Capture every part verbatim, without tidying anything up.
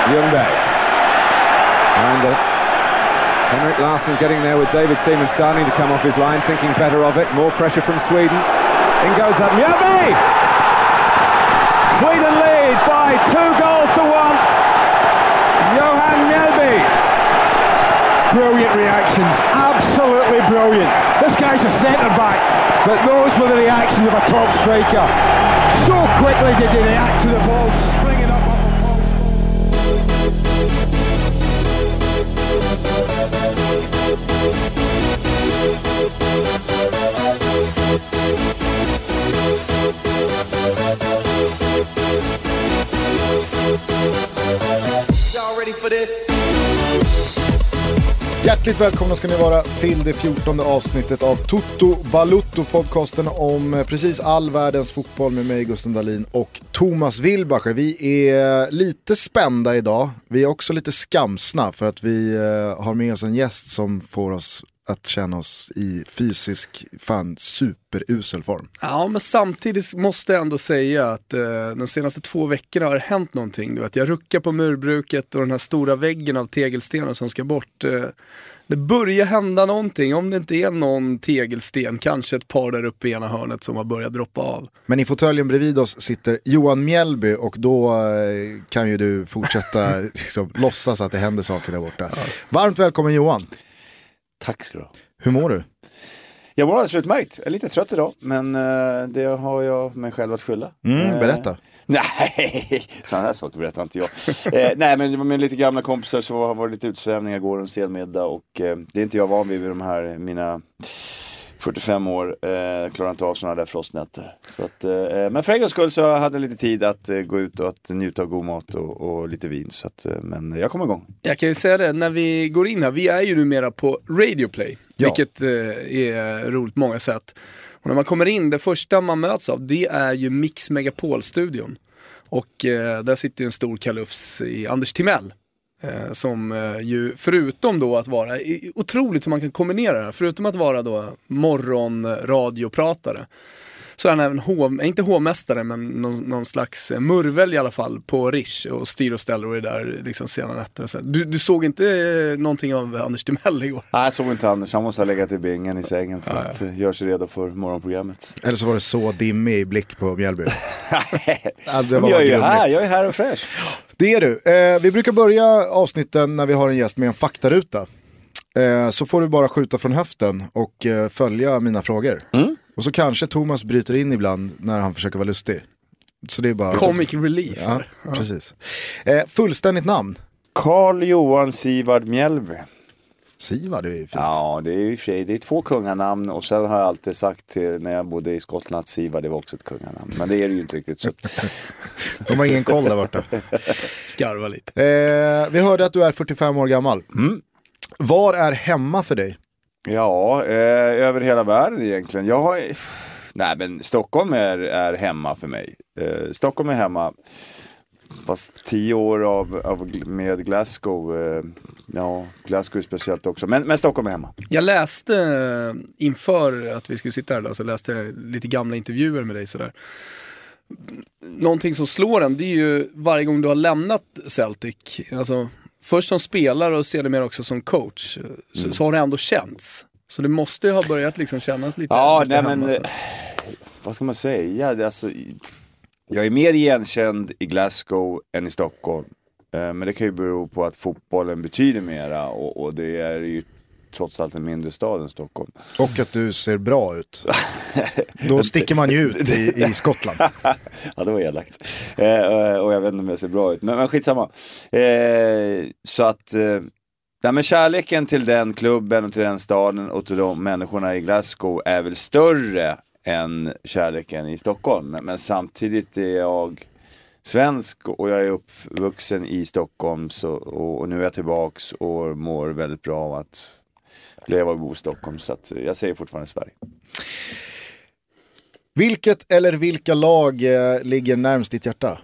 Ljungberg. And uh, Henrik Larsson getting there with David Seaman starting to come off his line, thinking better of it. More pressure from Sweden. In goes up Mjällby! Sweden lead by two goals to one. Johan Mjällby. Brilliant reactions, absolutely brilliant. This guy's a centre-back that knows with the reactions of a top striker. So quickly did he react to the ball, springing up off the ball. Y'all ready for this? Hjärtligt välkomna ska ni vara till det fjortonde avsnittet av Toto Balutto, podcasten om precis all världens fotboll med mig Gusten Dahlin och Thomas Wilbacher. Vi är lite spända idag, vi är också lite skamsna för att vi har med oss en gäst som får oss att känna oss i fysisk, fan, superusel form. Ja, men samtidigt måste jag ändå säga att eh, de senaste två veckorna har det hänt någonting. Du vet, jag ruckar på murbruket och den här stora väggen av tegelstenar som ska bort. Eh, det börjar hända någonting, om det inte är någon tegelsten, kanske ett par där uppe i ena hörnet som har börjat droppa av. Men i fåtöljen bredvid oss sitter Johan Mjällby och då eh, kan ju du fortsätta liksom, låtsas att det händer saker där borta. Ja. Varmt välkommen Johan. Tack ska du ha. Hur mår du? Jag mår alldeles utmärkt. Jag är lite trött idag, men uh, det har jag mig själv att skylla. Mm, berätta. Uh, nej, sådana här saker berättar inte jag. uh, nej, men med lite gamla kompisar så var det lite utsvävningar igår en sen middag och uh, det är inte jag van vid vid de här mina fyrtiofem år. Uh, klarar inte av sådana där frostnätter. Så att, uh, men för en gångs skull så hade jag lite tid att uh, gå ut och att njuta av god mat och, och lite vin. Så att, uh, men jag kommer igång. Jag kan ju säga det, när vi går in här, vi är ju numera på Radio Play. Ja. Vilket eh, är roligt på många sätt. Och när man kommer in, det första man möts av, det är ju Mix Megapol-studion. Och eh, där sitter ju en stor kalufs i Anders Timell. Eh, som eh, ju, förutom då att vara, otroligt hur man kan kombinera det här, förutom att vara då morgonradiopratare, så är han även H, inte hovmästare men någon, någon slags murvel i alla fall på Rish och styr och ställer och det där liksom sena nätter. Så du, du såg inte eh, någonting av Anders Timell igår? Nej, jag såg inte Anders. Han måste ha legat i bingen i sängen för ja, att ja. göra sig redo för morgonprogrammet. Eller så var det så dimmig blick på Mjällby. ja, det var jag, är ju här, jag är här och fresh. Det är du. Eh, vi brukar börja avsnitten när vi har en gäst med en faktaruta. Eh, så får du bara skjuta från höften och eh, följa mina frågor. Mm. Och så kanske Thomas bryter in ibland när han försöker vara lustig. Så det är bara... Comic relief. Ja, ja. Precis. Eh, fullständigt namn? Carl Johan Sivard Mjällby. Sivard, det är ju fint. Ja, det är ju det är två kunganamn. Och sen har jag alltid sagt till, när jag bodde i Skottland att Sivard, det var också ett kunganamn. Men det är det ju inte riktigt. Så att... De har ingen koll där borta. Skarva lite. Eh, vi hörde att du är fyrtiofem år gammal. Mm. Var är hemma för dig? Ja, eh, över hela världen egentligen. Jag har, nej men Stockholm är, är hemma för mig. Eh, Stockholm är hemma. Fast tio år av, av med Glasgow. Eh, ja, Glasgow är speciellt också. Men, men Stockholm är hemma. Jag läste inför att vi skulle sitta här då, så läste jag lite gamla intervjuer med dig sådär. Någonting som slår en, det är ju varje gång du har lämnat Celtic, alltså först som spelare och sedermera också som coach, så, mm. så har det ändå känts. Så det måste ju ha börjat liksom kännas lite. Ja, lite nej men, vad ska man säga? Alltså, jag är mer igenkänd i Glasgow än i Stockholm. Men det kan ju bero på att fotbollen betyder mera och, och det är ju trots allt en mindre stad än Stockholm. Och att du ser bra ut. Då sticker man ju ut i, i Skottland. Ja, det var elakt. Eh, och jag vet inte om jag ser bra ut. Men, men skitsamma. Eh, så att... Eh, nej, men kärleken till den klubben och till den staden och till de människorna i Glasgow är väl större än kärleken i Stockholm. Men, men samtidigt är jag svensk och jag är uppvuxen i Stockholm. Så, och, och nu är jag tillbaks och mår väldigt bra av att leva och bo i Stockholm, så att jag säger fortfarande Sverige. Vilket eller vilka lag eh, ligger närmast ditt hjärta?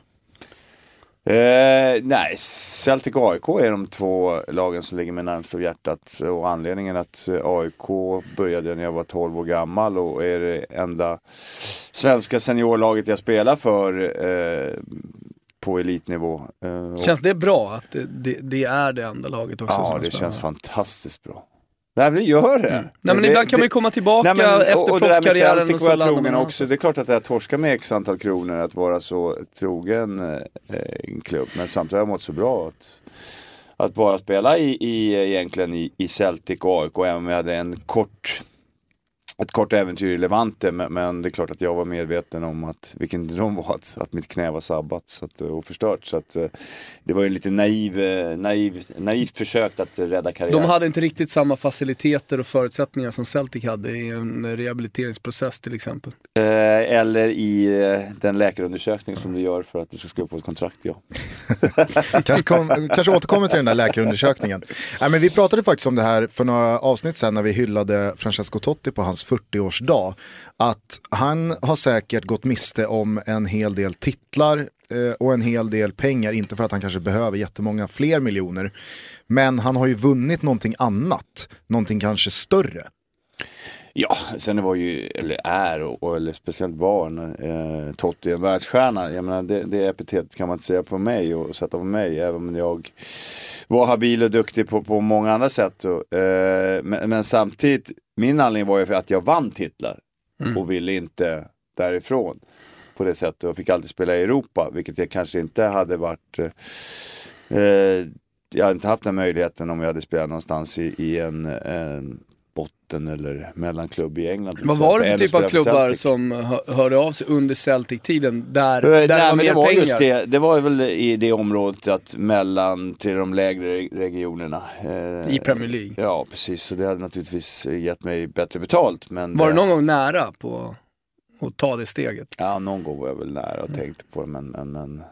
Eh, nej, Celtic och A I K är de två lagen som ligger mig närmast av hjärtat. Och anledningen att A I K började när jag var tolv år gammal och är det enda svenska seniorlaget jag spelar för. Eh, på elitnivå. Känns det bra att det, det, det är det enda laget också? Ja, det känns fantastiskt bra. Nej, men det gör det. Mm. Nej, men det, ibland kan det, man ju komma tillbaka nej, men, efter och, och proffskarriären och, och så landar man också. Det är klart att det är torska med x antal kronor att vara så trogen eh, en klubb. Men samtidigt har jag mått så bra att, att bara spela i, i, egentligen i, i Celtic och A I K. Även om jag hade en kort... ett kort äventyr i Levante, men, men det är klart att jag var medveten om att vilken dröm var att, att mitt knä var sabbat så att, och förstört. Så att, det var ju lite naiv, naiv, naivt försökt att rädda karriären. De hade inte riktigt samma faciliteter och förutsättningar som Celtic hade i en rehabiliteringsprocess till exempel. Eh, eller i eh, den läkarundersökning som vi gör för att du ska skriva på ett kontrakt, ja. kanske, kom, kanske återkommer till den där läkarundersökningen. Nej, men vi pratade faktiskt om det här för några avsnitt sedan när vi hyllade Francesco Totti på hans fyrtioårsdag, att han har säkert gått miste om en hel del titlar eh, och en hel del pengar, inte för att han kanske behöver jättemånga fler miljoner, men han har ju vunnit någonting annat, någonting kanske större. Ja, sen det var ju, eller är, och, och eller speciellt var eh, Totti en världsstjärna. Jag menar, det, det epitetet kan man inte säga på mig och sätta på mig, även om jag var habil och duktig på, på många andra sätt. Och, eh, men, men samtidigt, min anledning var ju för att jag vann titlar mm. och ville inte därifrån på det sättet. Och fick alltid spela i Europa, vilket jag kanske inte hade varit... Eh, jag hade inte haft den möjligheten om jag hade spelat någonstans i, i en... en botten eller mellanklubb i England. Vad var det för typ av klubbar som hör, hörde av sig under Celtic-tiden där, där Nej, det var mer det var pengar? Just det, det var väl i det området att mellan till de lägre regionerna. Eh, I Premier League? Ja, precis. Så det hade naturligtvis gett mig bättre betalt. Men var det, du någon gång nära på att ta det steget? Ja, någon gång var jag väl nära och mm. tänkte på det, men... men, men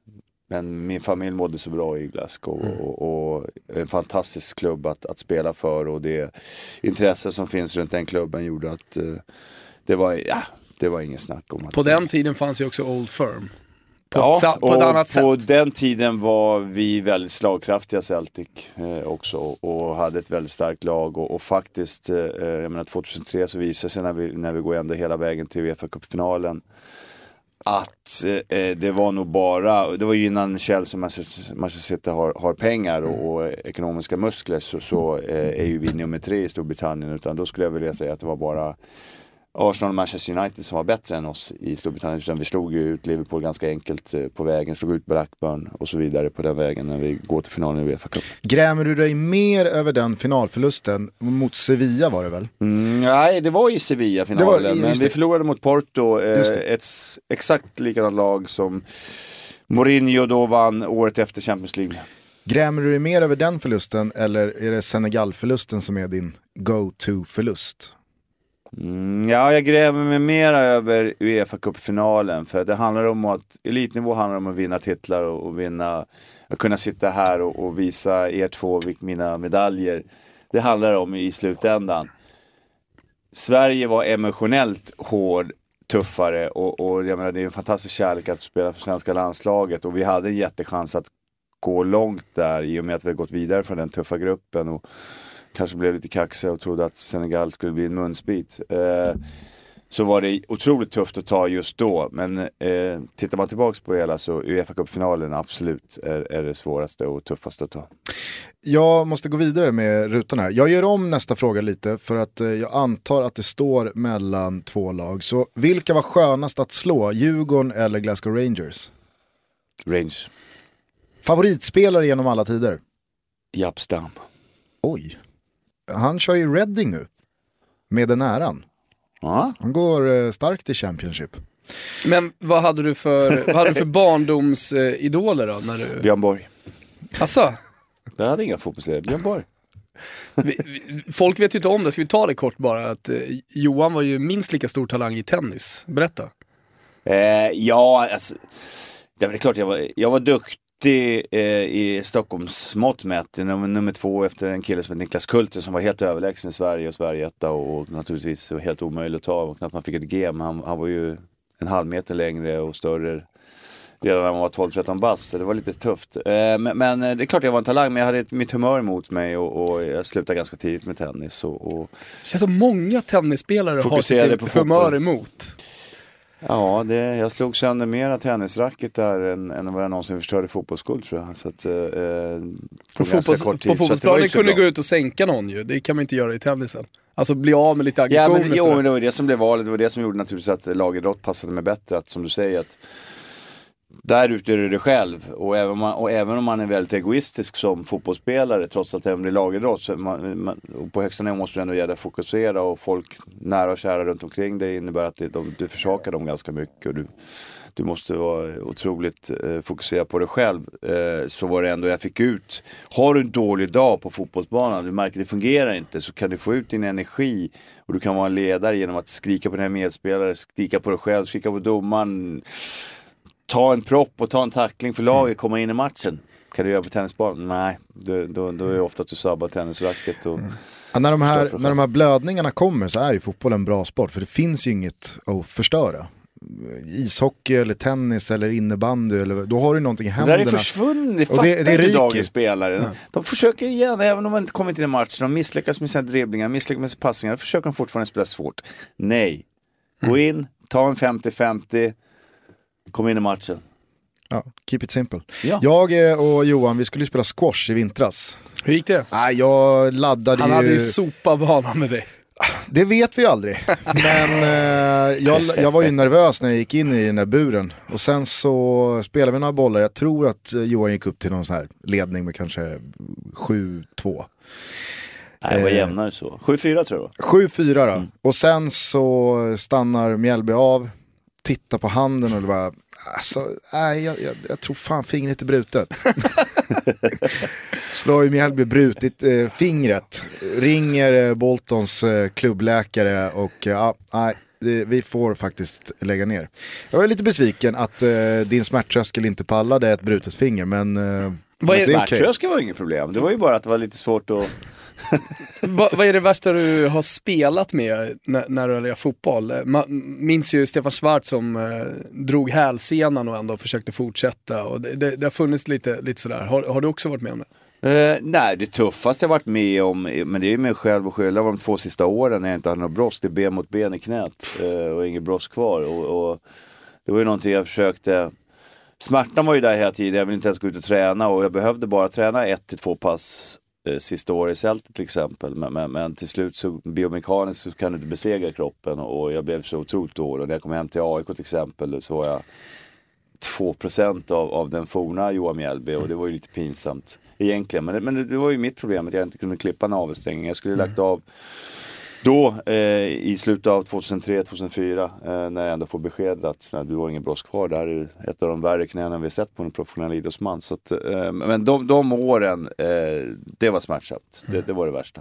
Men min familj mådde så bra i Glasgow mm. och, och en fantastisk klubb att, att spela för, och det intresse som finns runt den klubben gjorde att uh, det var ja, det var ingen snack om att... På den tiden fanns ju också Old Firm. På ja, ett, på ett annat sätt. På den tiden var vi väldigt slagkraftiga Celtic eh, också, och hade ett väldigt starkt lag, och, och faktiskt eh, jag menar tjugohundratre så visade sig när vi, när vi går ända hela vägen till UEFA Cup-finalen att eh, det var nog bara, det var ju innan Chelsea och Manchester City har, har pengar och, och ekonomiska muskler, så, så eh, är ju vi nummer tre i Storbritannien, utan då skulle jag vilja säga att det var bara Arsenal och Manchester United som var bättre än oss i Storbritannien. Utan vi slog ju ut Liverpool ganska enkelt eh, på vägen, slog ut Blackburn och så vidare på den vägen när vi går till finalen i UEFA Cup. Grämer du dig mer över den finalförlusten mot Sevilla var det väl? Mm, nej, det var i Sevilla-finalen, men vi förlorade mot Porto, eh, ett exakt likadant lag som Mourinho då vann året efter Champions League. Grämer du dig mer över den förlusten, eller är det Senegal-förlusten som är din go-to-förlust? Mm, ja, jag gräver mig mer över UEFA Cup-finalen, för det handlar om att elitnivå handlar om att vinna titlar och, och vinna, att kunna sitta här och, och visa er två mina medaljer. Det handlar om i slutändan. Sverige var emotionellt hård, tuffare, och, och jag menar, det är en fantastisk kärlek att spela för svenska landslaget, och vi hade en jättechans att gå långt där i och med att vi har gått vidare från den tuffa gruppen och kanske blev lite kaxiga och trodde att Senegal skulle bli en munsbit. Eh, så var det otroligt tufft att ta just då. Men eh, tittar man tillbaka på det hela, så UEFA Cup-finalen absolut är, är det svåraste och tuffaste att ta. Jag måste gå vidare med rutan här. Jag gör om nästa fråga lite, för att eh, jag antar att det står mellan två lag. Så vilka var skönast att slå? Djurgården eller Glasgow Rangers? Rangers. Favoritspelare genom alla tider? Jaap Stam. Oj. Han kör ju Reading nu. Med den äran. Ja. Han går eh, starkt i Championship. Men vad hade du för, vad hade du för barndomsidoler då? När du... Björn Borg. Asså? Jag hade inga fotbollsspelare. Björn Borg. vi, vi, folk vet ju inte om det. Ska vi ta det kort bara? Att eh, Johan var ju minst lika stor talang i tennis. Berätta. Eh, ja, alltså, det är klart jag var, jag var duktig i Stockholms mått mätt, nummer, nummer två efter en kille som heter Niklas Kulter, som var helt överlägsen i Sverige och Sverige etta, och naturligtvis helt omöjligt att ta, och knappt man fick ett G, men han, han var ju en halv meter längre och större redan när man var tolv tretton bast, så det var lite tufft. Men, men det är klart jag var en talang, men jag hade mitt humör emot mig, och, och jag slutade ganska tidigt med tennis. Och, och det känns som många tennisspelare har sitt humör emot. Ja, det, jag slog sönder mera tennisracket där än, än vad jag någonsin förstörde fotbollsskuld, tror jag. Så att, eh, på fotbolls, på fotbollsplanen kunde du gå ut och sänka någon ju. Det kan man inte göra i tennisen. Alltså bli av med lite aggression. Ja, men, jo, men det var det som blev valet. Det var det som gjorde naturligtvis att lagidrott passade mig bättre. Att, som du säger, att där utgör du det själv. Och även, man, och även om man är väldigt egoistisk som fotbollsspelare, trots att det blir lagidrott, så man, man, på högsta nivå måste du ändå gärna fokusera, och folk nära och kära runt omkring det innebär att det, de, du försakar dem ganska mycket, och du, du måste vara otroligt eh, fokuserad på dig själv. Eh, så var det ändå jag fick ut. Har du en dålig dag på fotbollsbanan, du märker att det fungerar inte, så kan du få ut din energi, och du kan vara en ledare genom att skrika på den här medspelare, skrika på dig själv, skrika på domaren, ta en propp och ta en tackling för laget, komma in i matchen. Kan du göra på tennisbanan? Nej, då, då, då är det ofta att du sabbar tennisracket. Och ja, när, de här, när de här blödningarna kommer så är ju fotboll en bra sport, för det finns ju inget att förstöra. Ishockey eller tennis eller innebandy, eller, då har du någonting i händerna. Det där är försvunnit, det fattar det, det inte dagens spelare. Mm. De försöker igen, även om man inte kommer till en match, de misslyckas med sina dribblingar, misslyckas med sina passningar, försöker de fortfarande spela svårt. Nej, gå in, ta en femtio femtio, kom in i matchen. Ja, keep it simple. Ja. Jag och Johan, vi skulle spela squash i vintras. Hur gick det? Nej, jag laddade Han ju... hade ju sopabanan med dig. Det vet vi aldrig. Men eh, jag, jag var ju nervös när jag gick in i den där buren. Och sen så spelade vi några bollar. Jag tror att Johan gick upp till någon sån här ledning med kanske sju två. Nej, det var jämnare så. sju fyra tror jag. sju fyra då. Mm. Och sen så stannar Mjällby av, tittar på handen och det bara... Alltså, nej, jag, jag, jag tror fan fingret är brutet. Slår ju Mjällby brutit eh, fingret. Ringer eh, Boltons eh, klubbläkare och ja, eh, nej, det, vi får faktiskt lägga ner. Jag var lite besviken att eh, din smärttröskel inte pallade ett brutet finger, men... Eh, Vad är smärttröskel var inget problem. Det var ju bara att det var lite svårt att... Va, vad är det värsta du har spelat med när, när du lirar fotboll? Man minns ju Stefan Schwarz som eh, drog hälsenan och ändå försökte fortsätta. Och det, det, det har funnits lite, lite sådär. Har, har du också varit med om det? Uh, nej, det tuffaste jag varit med om, men det är ju mig själv och skylla, var de två sista åren när jag inte hade något brosk. Det är ben mot ben i knät uh, och inget brosk kvar. Och, och det var ju någonting jag försökte... Smärtan var ju där hela tiden, jag ville inte ens gå ut och träna, och jag behövde bara träna ett till två pass eh, sista året i Celtic till exempel, men, men, men till slut så biomekaniskt så kan du inte besegra kroppen, och, och jag blev så otroligt dålig, och när jag kom hem till A I K till exempel så var jag två procent av, av den forna Johan Mjällby, och det var ju lite pinsamt egentligen, men, men det, det var ju mitt problem att jag inte kunde klippa navelsträngen. Jag skulle lagt av då eh, i slutet av tjugohundratre tjugohundrafyra eh, när jag ändå får besked att nej, du har ingen brosk kvar. Det här är ett av de värre knäna vi sett på en professionell idrottsman. Så att, eh, men de, de åren, eh, det var smärtsamt. Det, det var det värsta.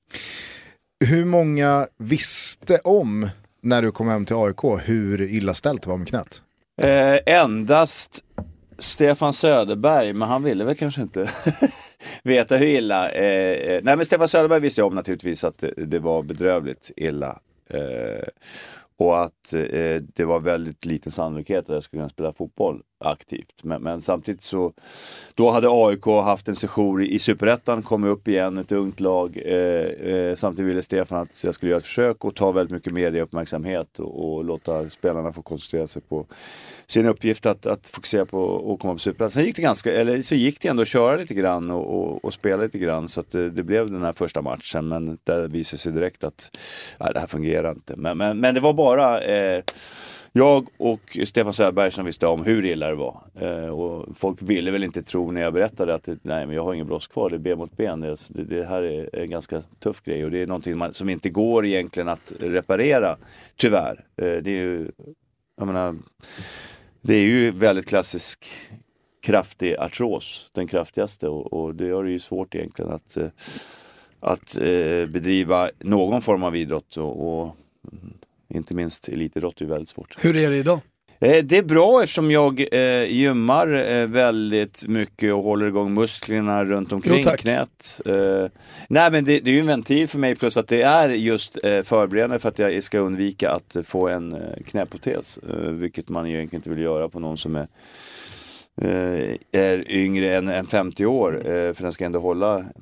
Hur många visste om när du kom hem till A I K hur illa ställt det var med knät? Eh, endast Stefan Söderberg, men han ville väl kanske inte veta hur illa. Eh, nej, men Stefan Söderberg visste jag om naturligtvis att det, det var bedrövligt illa. Eh, och att eh, det var väldigt liten sannolikhet att jag skulle kunna spela fotboll aktivt. Men, men samtidigt så, då hade A I K haft en session i, i Superettan, kom upp igen, ett ungt lag. Eh, eh, samtidigt ville Stefan att jag skulle göra ett försök och ta väldigt mycket medieuppmärksamhet och, och låta spelarna få koncentrera sig på sin uppgift att, att fokusera på att komma på Superettan. Sen gick det ganska, eller så gick det ändå att köra lite grann och, och, och spela lite grann, så att det, det blev den här första matchen, men där visade sig direkt att nej, det här fungerar inte. Men, men, men det var bara eh, jag och Stefan Söderberg som visste om hur illa det var. Eh, och folk ville väl inte tro när jag berättade att det, nej, men jag har ingen brosk kvar, det är ben mot ben. Det, det här är en ganska tuff grej, och det är någonting man, som inte går egentligen att reparera, tyvärr. Eh, det är ju, jag menar, det är ju väldigt klassisk kraftig artros, den kraftigaste, och, och det gör det ju svårt egentligen att, att eh, bedriva någon form av idrott, och, och inte minst elitidrott är väldigt svårt. Hur är det idag? Eh, det är bra eftersom jag eh, gymmar eh, väldigt mycket och håller igång musklerna runt omkring jo, knät. Eh, nej, men det, det är ju en ventil för mig, plus att det är just eh, förberedande för att jag ska undvika att få en eh, knäprotes, eh, vilket man egentligen inte vill göra på någon som är, eh, är yngre än, än femtio år, eh, för den ska ändå hålla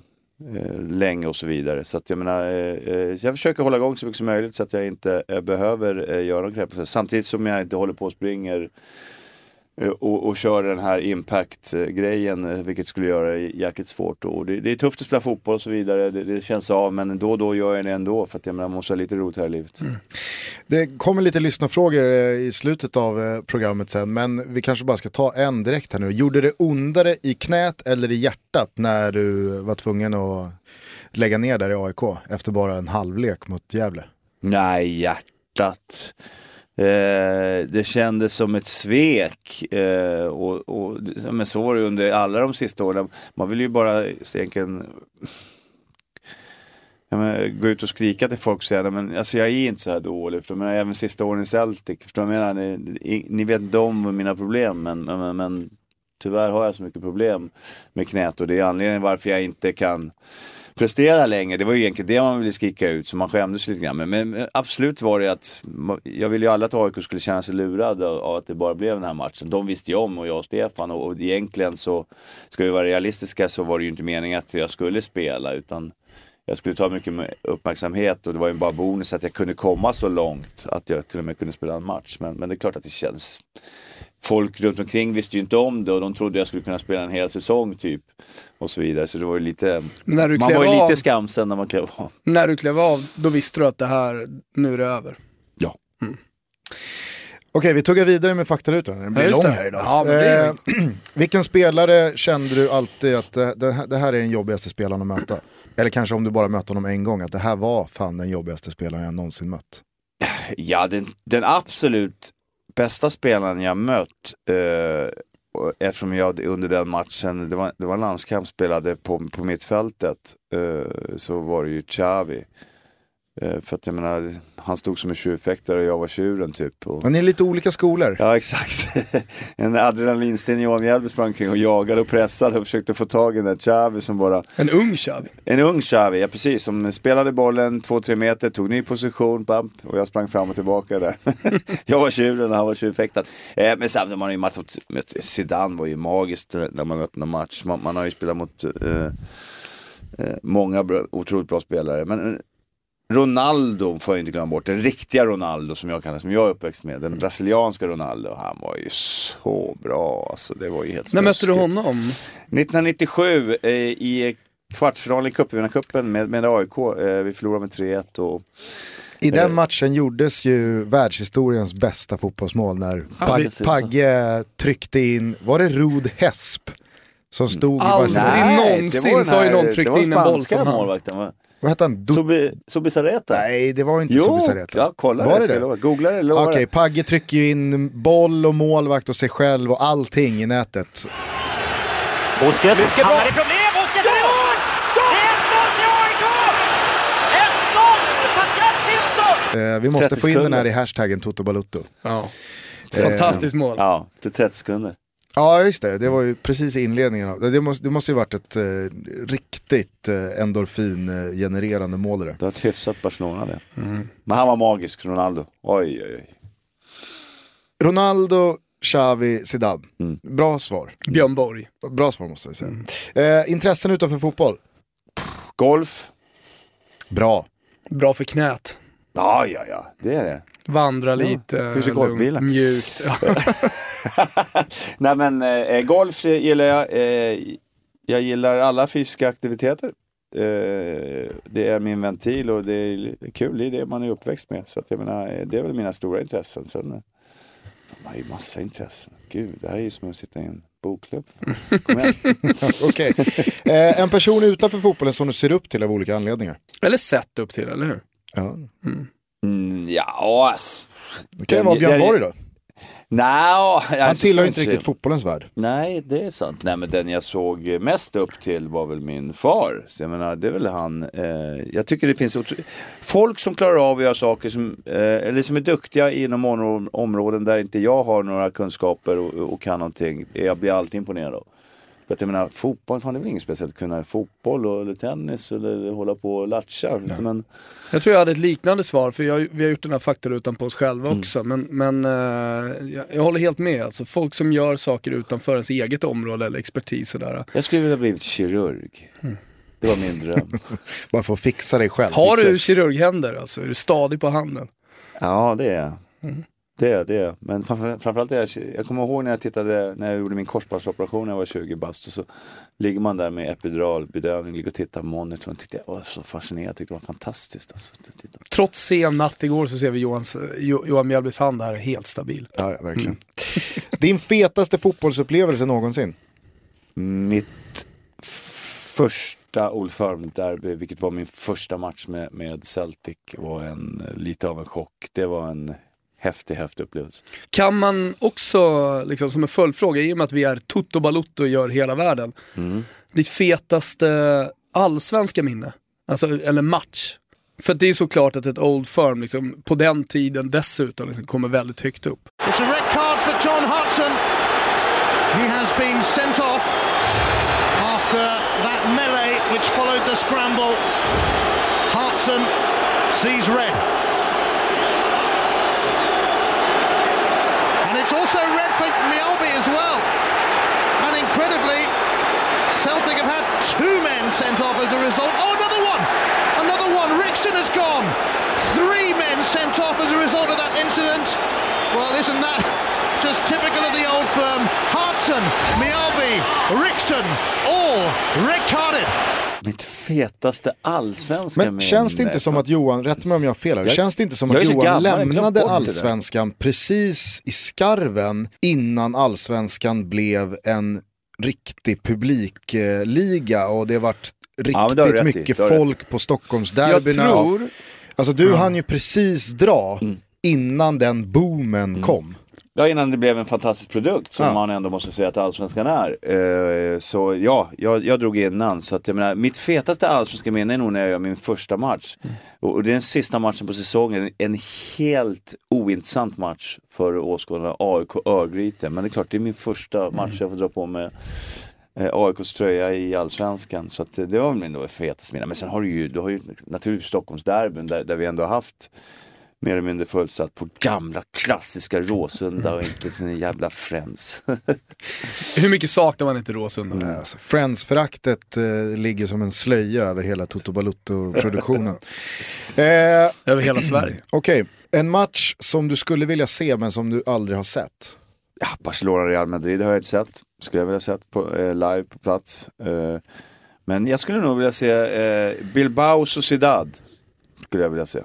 eh, länge och så vidare. Så att jag menar, eh, så jag försöker hålla igång så mycket som möjligt så att jag inte eh, behöver eh, göra en knäpp. Samtidigt som jag inte håller på och springer Och, och köra den här impact-grejen, vilket skulle göra det jäkligt svårt. Och det, det är tufft att spela fotboll och så vidare, det, det känns av, men då och då gör jag det ändå för att jag menar, måste ha lite roligt här i livet. Mm. Det kommer lite lyssnarfrågor i slutet av programmet sen, men vi kanske bara ska ta en direkt här nu. Gjorde det ondare i knät eller i hjärtat när du var tvungen att lägga ner där i A I K efter bara en halvlek mot Gävle? Nej, hjärtat. Eh, det kändes som ett svek eh, och, och, men så var det under alla de sista åren. Man vill ju bara egentligen ja, men, gå ut och skrika till folk och säga men alltså, jag är inte så här dålig för, men även sista åren i Celtic förstår jag menar, ni, ni vet inte om mina problem men, men, men tyvärr har jag så mycket problem med knät och det är anledningen varför jag inte kan prestera längre. Det var ju egentligen det man ville skrika ut så man skämdes lite grann. Men, men absolut var det att jag ville ju alla att A I K skulle känna sig lurad av att det bara blev den här matchen. De visste ju om och jag och Stefan och, och egentligen så ska vi vara realistiska så var det ju inte meningen att jag skulle spela utan jag skulle ta mycket uppmärksamhet och det var ju bara bonus att jag kunde komma så långt att jag till och med kunde spela en match. Men, men det är klart att det känns... Folk runt omkring visste ju inte om det och de trodde jag skulle kunna spela en hel säsong typ och så vidare. Så det var ju lite, när du man var ju av, lite skamsen när man klev av. När du klev av, då visste du att det här, nu är det över. Ja. Mm. Okej, vi tuggar vidare med faktarutan. Den blir ja, lång det. här idag. Ja, men det är... eh, vilken spelare kände du alltid att det här, det här är den jobbigaste spelaren att möta? Eller kanske om du bara mötte honom en gång, att det här var fan den jobbigaste spelaren jag någonsin mött? Ja, den, den absolut bästa spelaren jag mött eh, eftersom jag under den matchen det var, det var en landskamp spelade på, på mittfältet eh, så var det ju Xavi eh, för att jag menar han stod som en tjurfäktare och jag var tjuren typ och... Men ni är lite olika skolor. Ja exakt. En adrenalinsten Johan Mjällby sprang kring och jagade och pressade och försökte få tag i den där Xavi som bara... En ung Xavi. En ung Xavi, ja precis. Som spelade bollen två tre meter, tog ny position, bamp, och jag sprang fram och tillbaka där. Jag var tjuren och han var tjurfäktad. Eh, men samtidigt man har ju mött, mött Zidane var ju magiskt när man mötte någon match. Man, man har ju spelat mot eh, eh, många bra, otroligt bra spelare. Men Ronaldo får jag inte glömma bort. Den riktiga Ronaldo som jag kallar, som jag är uppväxt med. Den brasilianska Ronaldo. Han var ju så bra. Alltså, det var ju helt när mötte du honom? nittonhundranittiosju eh, i kvartsfinalen i cupvinnarcupen med, med A I K. Eh, vi förlorade med tre ett. Och, i den eh, matchen gjordes ju världshistoriens bästa fotbollsmål när ja, Pag- Pagge tryckte in, var det Rud Hesp som stod Aldrig i Barcelona? någonsin så har ju någon tryckt in en boll som han. Va? Vad hette han? Du- Subi, Subizarreta? Nej, det var inte Jo, Subizarreta. ja, kolla var det. det, det? det? Googla det, lova Okej, det. Pagge trycker ju in boll och målvakt och sig själv och allting i nätet. Busquets hamnar i problem. Busquets är mål! ett noll till A I K! ett noll! Pascal Simpson! Eh, vi måste trettio få in den här sekunder. i hashtaggen Toto Balutto. Ja. Fantastiskt mål. Ja, till trettio sekunder. Ja, just det. Det var ju precis i inledningen. av- Det måste, det måste ju varit ett eh, riktigt eh, endorfin-genererande mål det där. Det var ett hyfsat Barcelona det. Mm. Men han var magisk, Ronaldo. Oj, oj, oj. Ronaldo, Xavi, Zidane. Mm. Bra svar. Björn Borg. Bra svar måste jag säga. Eh, intressen utanför fotboll? Golf. Bra. Bra för knät. Ja, ja, ja. Det är det. Vandra lite. finns ju golfbilar. lugnt, mjukt. Ja. Nej men eh, golf gillar jag. Eh, jag gillar alla fysiska aktiviteter. Eh, det är min ventil och det är kul, det är det man är uppväxt med. Så att jag menar, det är väl mina stora intressen. Sen man har ju massa intressen. Gud, det här är ju som att sitta i en bokklubb. Kom igen. Okej. Eh, en person utanför fotbollen som du ser upp till av olika anledningar? Eller sett upp till, eller hur? Ja. Mm, ja, ass. Det kan ju vara Björn Borg då. Nej, Han tillhör ju inte riktigt fotbollens värld. Nej, det är sant. Nej, men den jag såg mest upp till var väl min far. Så jag menar, det är väl han. Eh, jag tycker det finns otro... folk som klarar av att göra saker som, eh, eller som är duktiga inom om- områden där inte jag har några kunskaper och, och kan någonting. Jag blir alltid imponerad av. För att jag menar, fotboll, fan det är väl inget speciellt kunna fotboll och, eller tennis eller hålla på och latcha. Ja. Men... Jag tror jag hade ett liknande svar, för jag, vi har gjort den här faktarutan på oss själva Mm. också. Men, men eh, jag, jag håller helt med. Alltså, folk som gör saker utanför ens eget område eller expertis. Sådär. Jag skulle vilja bli kirurg. Mm. Det var min dröm. Bara för att fixa dig själv. Har fixa. du kirurghänder alltså? Är du stadig på handen? Ja, det är jag. Mm. Det är det. Men framför, framförallt är jag, jag kommer ihåg när jag tittade, när jag gjorde min korsbandsoperation när jag var tjugo bast, och så ligger man där med epiduralbedövning, ligger och tittar på monitorn, och tyckte jag var så fascinerad, jag tyckte det var fantastiskt. Alltså. Trots sen natt igår så ser vi Johans, jo, Johan Mjällbys hand här helt stabil. Ja, ja verkligen. Mm. Din fetaste fotbollsupplevelse någonsin? Mitt första Old Firm-derby, vilket var min första match med, med Celtic, var en, lite av en chock. Det var en häftig, häftig upplevelse. Kan man också, liksom, som en följdfråga, i och med att vi är Toto Balutto och gör hela världen, mm. ditt fetaste allsvenska minne? Alltså, eller match? För det är såklart att ett Old Firm liksom, på den tiden dessutom liksom, kommer väldigt högt upp. It's a red card for John Hudson. He has been sent off after that melee which followed the scramble. Hudson sees red. And it's also red for Mjällby as well. And incredibly, Celtic have had two men sent off as a result. Oh, another one! Another one. Rixton has gone. Three men sent off as a result of that incident. Well, isn't that just typical of the Old Firm? Hudson, Mjällby, Rixton, all red-carded. Mitt fetaste allsvenska. Men känns det inte som att Johan, rätt mig om jag har fel här, jag, känns det inte som att Johan gammal, lämnade allsvenskan precis i skarven innan allsvenskan blev en riktig publikliga och det varit riktigt ja, mycket folk på Stockholmsderbyna. Jag tror... Alltså du mm. hann ju precis dra mm. innan den boomen mm. kom. Ja, innan det blev en fantastisk produkt som ja. man ändå måste säga att allsvenskan är. Uh, så ja, jag, jag drog innan. Så att jag menar, mitt fetaste allsvenska minne är nog när jag gör min första match. Mm. Och, och det är den sista matchen på säsongen. En helt ointressant match för åskådarna, A I K Örgryte. Men det är klart, det är min första match mm. jag får dra på med eh, A I K:s tröja i allsvenskan. Så att, det var väl min fetaste minne. Men sen har du ju, du har ju naturligtvis Stockholmsderbyn där, där vi ändå har haft mer eller mindre fullsatt på gamla klassiska Råsunda och inte sin jävla Friends. Hur mycket saknar man inte Råsunda? Mm. Alltså, Friends-föraktet eh, ligger som en slöja över hela Toto Balutto-produktionen. eh, över hela Sverige. Okej, okay. En match som du skulle vilja se men som du aldrig har sett? Ja, Barcelona-Real Madrid har jag inte sett. Skulle jag vilja sett på, eh, live på plats. Eh, men jag skulle nog vilja se eh, Bilbao Sociedad. Skulle jag vilja se.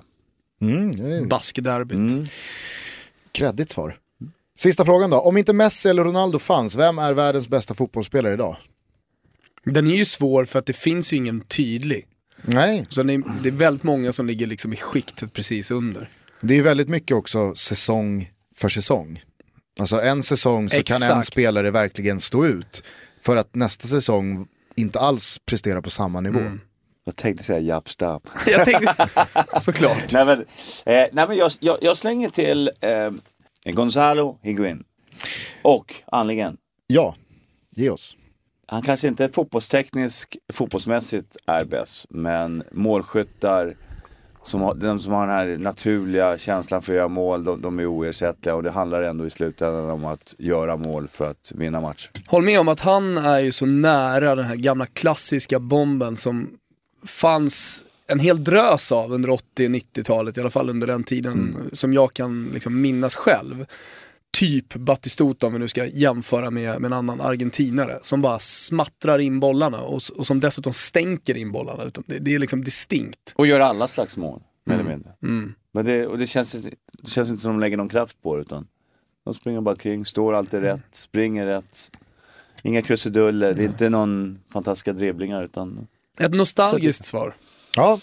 Mm, Baskederbyt. Mm. Kreddigt svar. Sista frågan då. Om inte Messi eller Ronaldo fanns, vem är världens bästa fotbollsspelare idag? Den är ju svår för att det finns ju ingen tydlig. Nej. Så det är, det är väldigt många som ligger liksom i skiktet precis under. Det är väldigt mycket också säsong för säsong. Alltså en säsong så Exakt. kan en spelare verkligen stå ut för att nästa säsong inte alls prestera på samma nivå. Mm. Jag tänkte säga Japstam. Jag tänkte, såklart. nej, men, eh, nej men jag, jag, jag slänger till eh, Gonzalo Higuain. Och Anligen. Ja, ge oss. Han kanske inte fotbollsteknisk, fotbollsmässigt är bäst. Men målskyttar, som har, de som har den här naturliga känslan för att göra mål, de, de är oersättliga. Och det handlar ändå i slutändan om att göra mål för att vinna match. Håll med om att han är ju så nära den här gamla klassiska bomben som fanns en hel drös av under åttio- och nittiotalet, i alla fall under den tiden mm. som jag kan liksom minnas själv. Typ Batistuta, om vi nu ska jämföra med, med en annan argentinare, som bara smattrar in bollarna och, och som dessutom stänker in bollarna. Utan det, det är liksom distinkt. Och gör alla slags mål, mer mm. eller mindre. Mm. Men det, och det känns, det känns inte som de lägger någon kraft på det, utan de springer bara kring, står alltid mm. rätt, springer rätt. Inga krusiduller, mm. det är inte någon fantastiska dribblingar, utan... Ett nostalgiskt svar. Ja,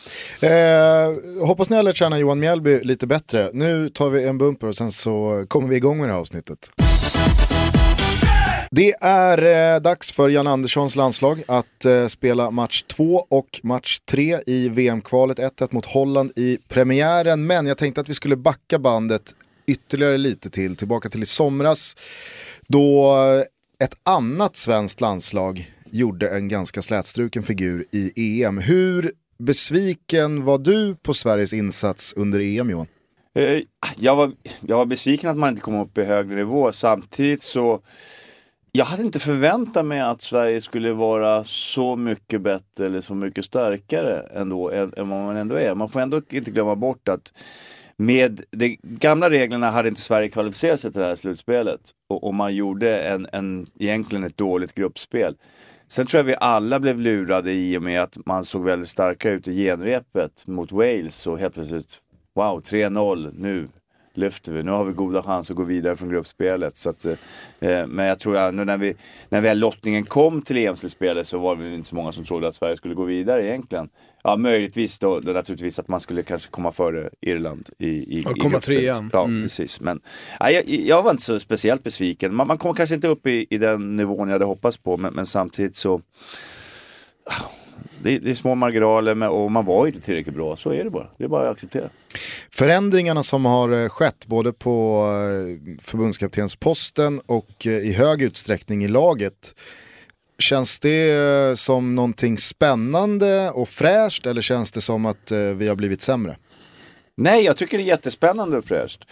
eh, hoppas ni har lärt känna Johan Mjällby lite bättre. Nu tar vi en bumper och sen så kommer vi igång med det här avsnittet. Det är eh, dags för Jan Anderssons landslag att eh, spela match två och match tre i V M-kvalet. ett ett mot Holland i premiären. Men jag tänkte att vi skulle backa bandet ytterligare lite till. Tillbaka till i somras. Då ett annat svenskt landslag gjorde en ganska slätstruken figur i E M. Hur besviken var du på Sveriges insats under E M, Johan? Jag var, jag var besviken att man inte kom upp i högre nivå. Samtidigt så Jag hade inte förväntat mig att Sverige skulle vara så mycket bättre eller så mycket starkare ändå, än, än vad man ändå är. Man får ändå inte glömma bort att med de gamla reglerna hade inte Sverige kvalificerat sig till det här slutspelet. Och, och man gjorde en, en, egentligen ett dåligt gruppspel. Sen tror jag vi alla blev lurade i och med att man såg väldigt starka ut i genrepet mot Wales. Och helt plötsligt, wow, tre noll nu. Lyfter vi. Nu har vi goda chans att gå vidare från gruppspelet. Så att, eh, men jag tror att när vi, när väl lottningen kom till E M-slutspelet så var det inte så många som trodde att Sverige skulle gå vidare egentligen. Ja, möjligtvis då, då naturligtvis att man skulle kanske komma före Irland i, i, och i komma trea. Ja, mm. precis. Men ja, jag, jag var inte så speciellt besviken. Man, man kom kanske inte upp i, i den nivån jag hade hoppats på, men, men samtidigt så... Det är, det är små marginaler med, och man var inte tillräckligt bra, så är det bara. Det är bara att acceptera. Förändringarna som har skett både på förbundskaptensposten och i hög utsträckning i laget, känns det som någonting spännande och fräscht eller känns det som att vi har blivit sämre? Nej, jag tycker det är jättespännande och fräscht.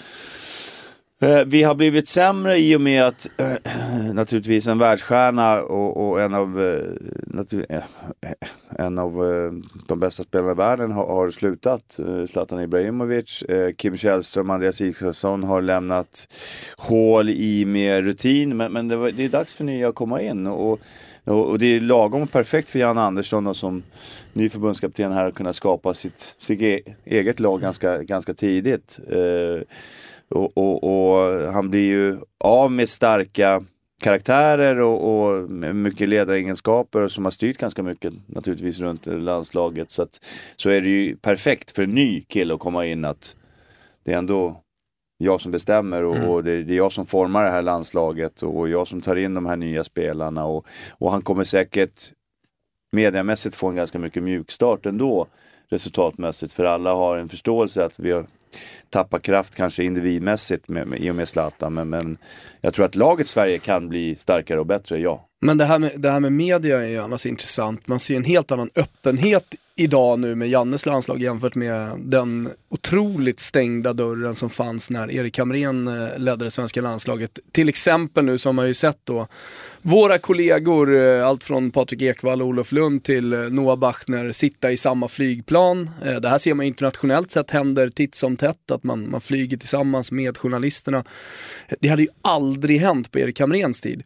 Vi har blivit sämre i och med att äh, naturligtvis en världsstjärna och, och en av, äh, natur, äh, en av äh, de bästa spelarna i världen har, har slutat. Äh, Zlatan Ibrahimovic, äh, Kim Källström, Andreas Isaksson har lämnat hål i med rutin. Men, men det, var, det är dags för nya att komma in och, och, och det är lagom och perfekt för Jan Andersson och som ny förbundskapten här att kunna skapa sitt, sitt eget lag ganska, ganska tidigt. Äh, Och, och, och han blir ju av med starka karaktärer och, och mycket ledaregenskaper som har styrt ganska mycket naturligtvis runt landslaget. Så, att, så är det ju perfekt för en ny kille att komma in att det är ändå jag som bestämmer och, mm. och det, det är jag som formar det här landslaget och jag som tar in de här nya spelarna. Och, och han kommer säkert mediamässigt få en ganska mycket mjukstart ändå resultatmässigt, för alla har en förståelse att vi har tappa kraft kanske individmässigt med, med, i och med Zlatan, men, men jag tror att laget Sverige kan bli starkare och bättre, ja. Men det här med, det här med media är ju annars intressant. Man ser en helt annan öppenhet idag nu med Jannes landslag jämfört med den otroligt stängda dörren som fanns när Erik Hamrén ledde det svenska landslaget. Till exempel nu som man ju sett då våra kollegor, allt från Patrik Ekwall och Olof Lund till Noah Bachner, sitta i samma flygplan. Det här ser man internationellt sett händer titt som tätt, att man, man flyger tillsammans med journalisterna. Det hade ju aldrig hänt på Erik Hamréns tid.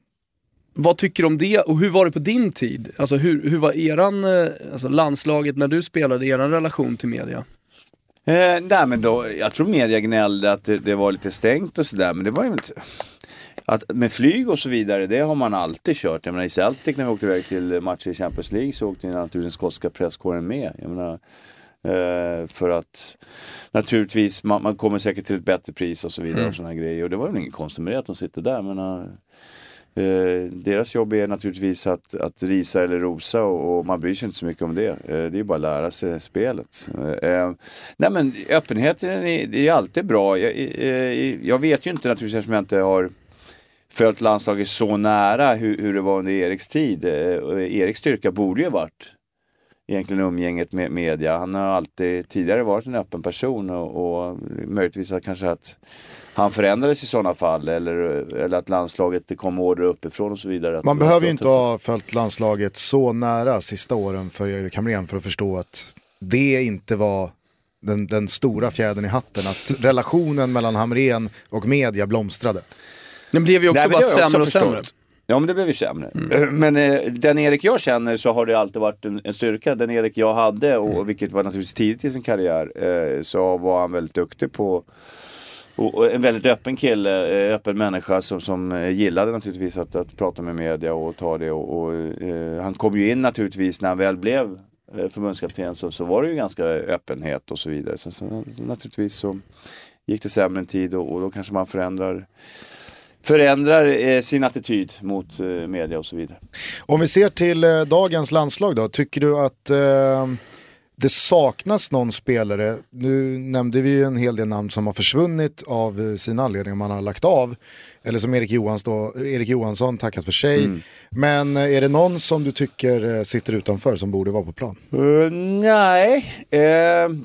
Vad tycker du om det och hur var det på din tid? Alltså hur, hur var eran, alltså landslaget när du spelade, eran relation till media? Eh, nej men då, jag tror media gnällde att det, det var lite stängt och sådär, men det var ju inte... Att med flyg och så vidare, det har man alltid kört. Jag menar i Celtic när vi åkte iväg till matcher i Champions League så åkte naturligtvis den skotska presskåren med. Jag menar, eh, för att naturligtvis man, man kommer säkert till ett bättre pris och så vidare mm. och sådana grejer. Och det var väl ingen konstigt med det att de sitter där, men... Uh, Eh, deras jobb är naturligtvis att, att risa eller rosa och, och man bryr sig inte så mycket om det. Eh, det är bara att lära sig spelet. Eh, nej men öppenheten är, det är alltid bra. Jag, eh, jag vet ju inte naturligtvis eftersom jag inte har följt landslaget så nära hur, hur det var under Eriks tid. Eh, Eriks styrka borde ju ha varit egentligen umgänget med media. Han har alltid tidigare varit en öppen person och, och möjligtvis att kanske att han förändrades i sådana fall eller, eller att landslaget kom order uppifrån och så vidare. Man behöver ju inte ha följt landslaget så nära sista åren för Erik Hamrén för att förstå att det inte var den, den stora fjädern i hatten, att relationen mellan Hamrén och media blomstrade. Den blev ju också Nej, bara sämre också och sämre. Ja, men det blev ju sämre. Mm. Men eh, den Erik jag känner så har det alltid varit en, en styrka. Den Erik jag hade, och mm. vilket var naturligtvis tidigt i sin karriär, eh, så var han väldigt duktig på och, och en väldigt öppen kille, eh, öppen människa som, som eh, gillade naturligtvis att, att prata med media och ta det. Och, och eh, han kom ju in naturligtvis när han väl blev eh, förbundskapten så, så var det ju ganska öppenhet och så vidare. Så, så, så naturligtvis så gick det sämre en tid och, och då kanske man förändrar förändrar eh, sin attityd mot eh, media och så vidare. Om vi ser till eh, dagens landslag då, tycker du att eh, det saknas någon spelare? Nu nämnde vi ju en hel del namn som har försvunnit av sina anledningar man har lagt av. Eller som Erik Johansson, då, Erik Johansson tackat för sig. Mm. Men eh, är det någon som du tycker eh, sitter utanför som borde vara på plan? Uh, nej, eh,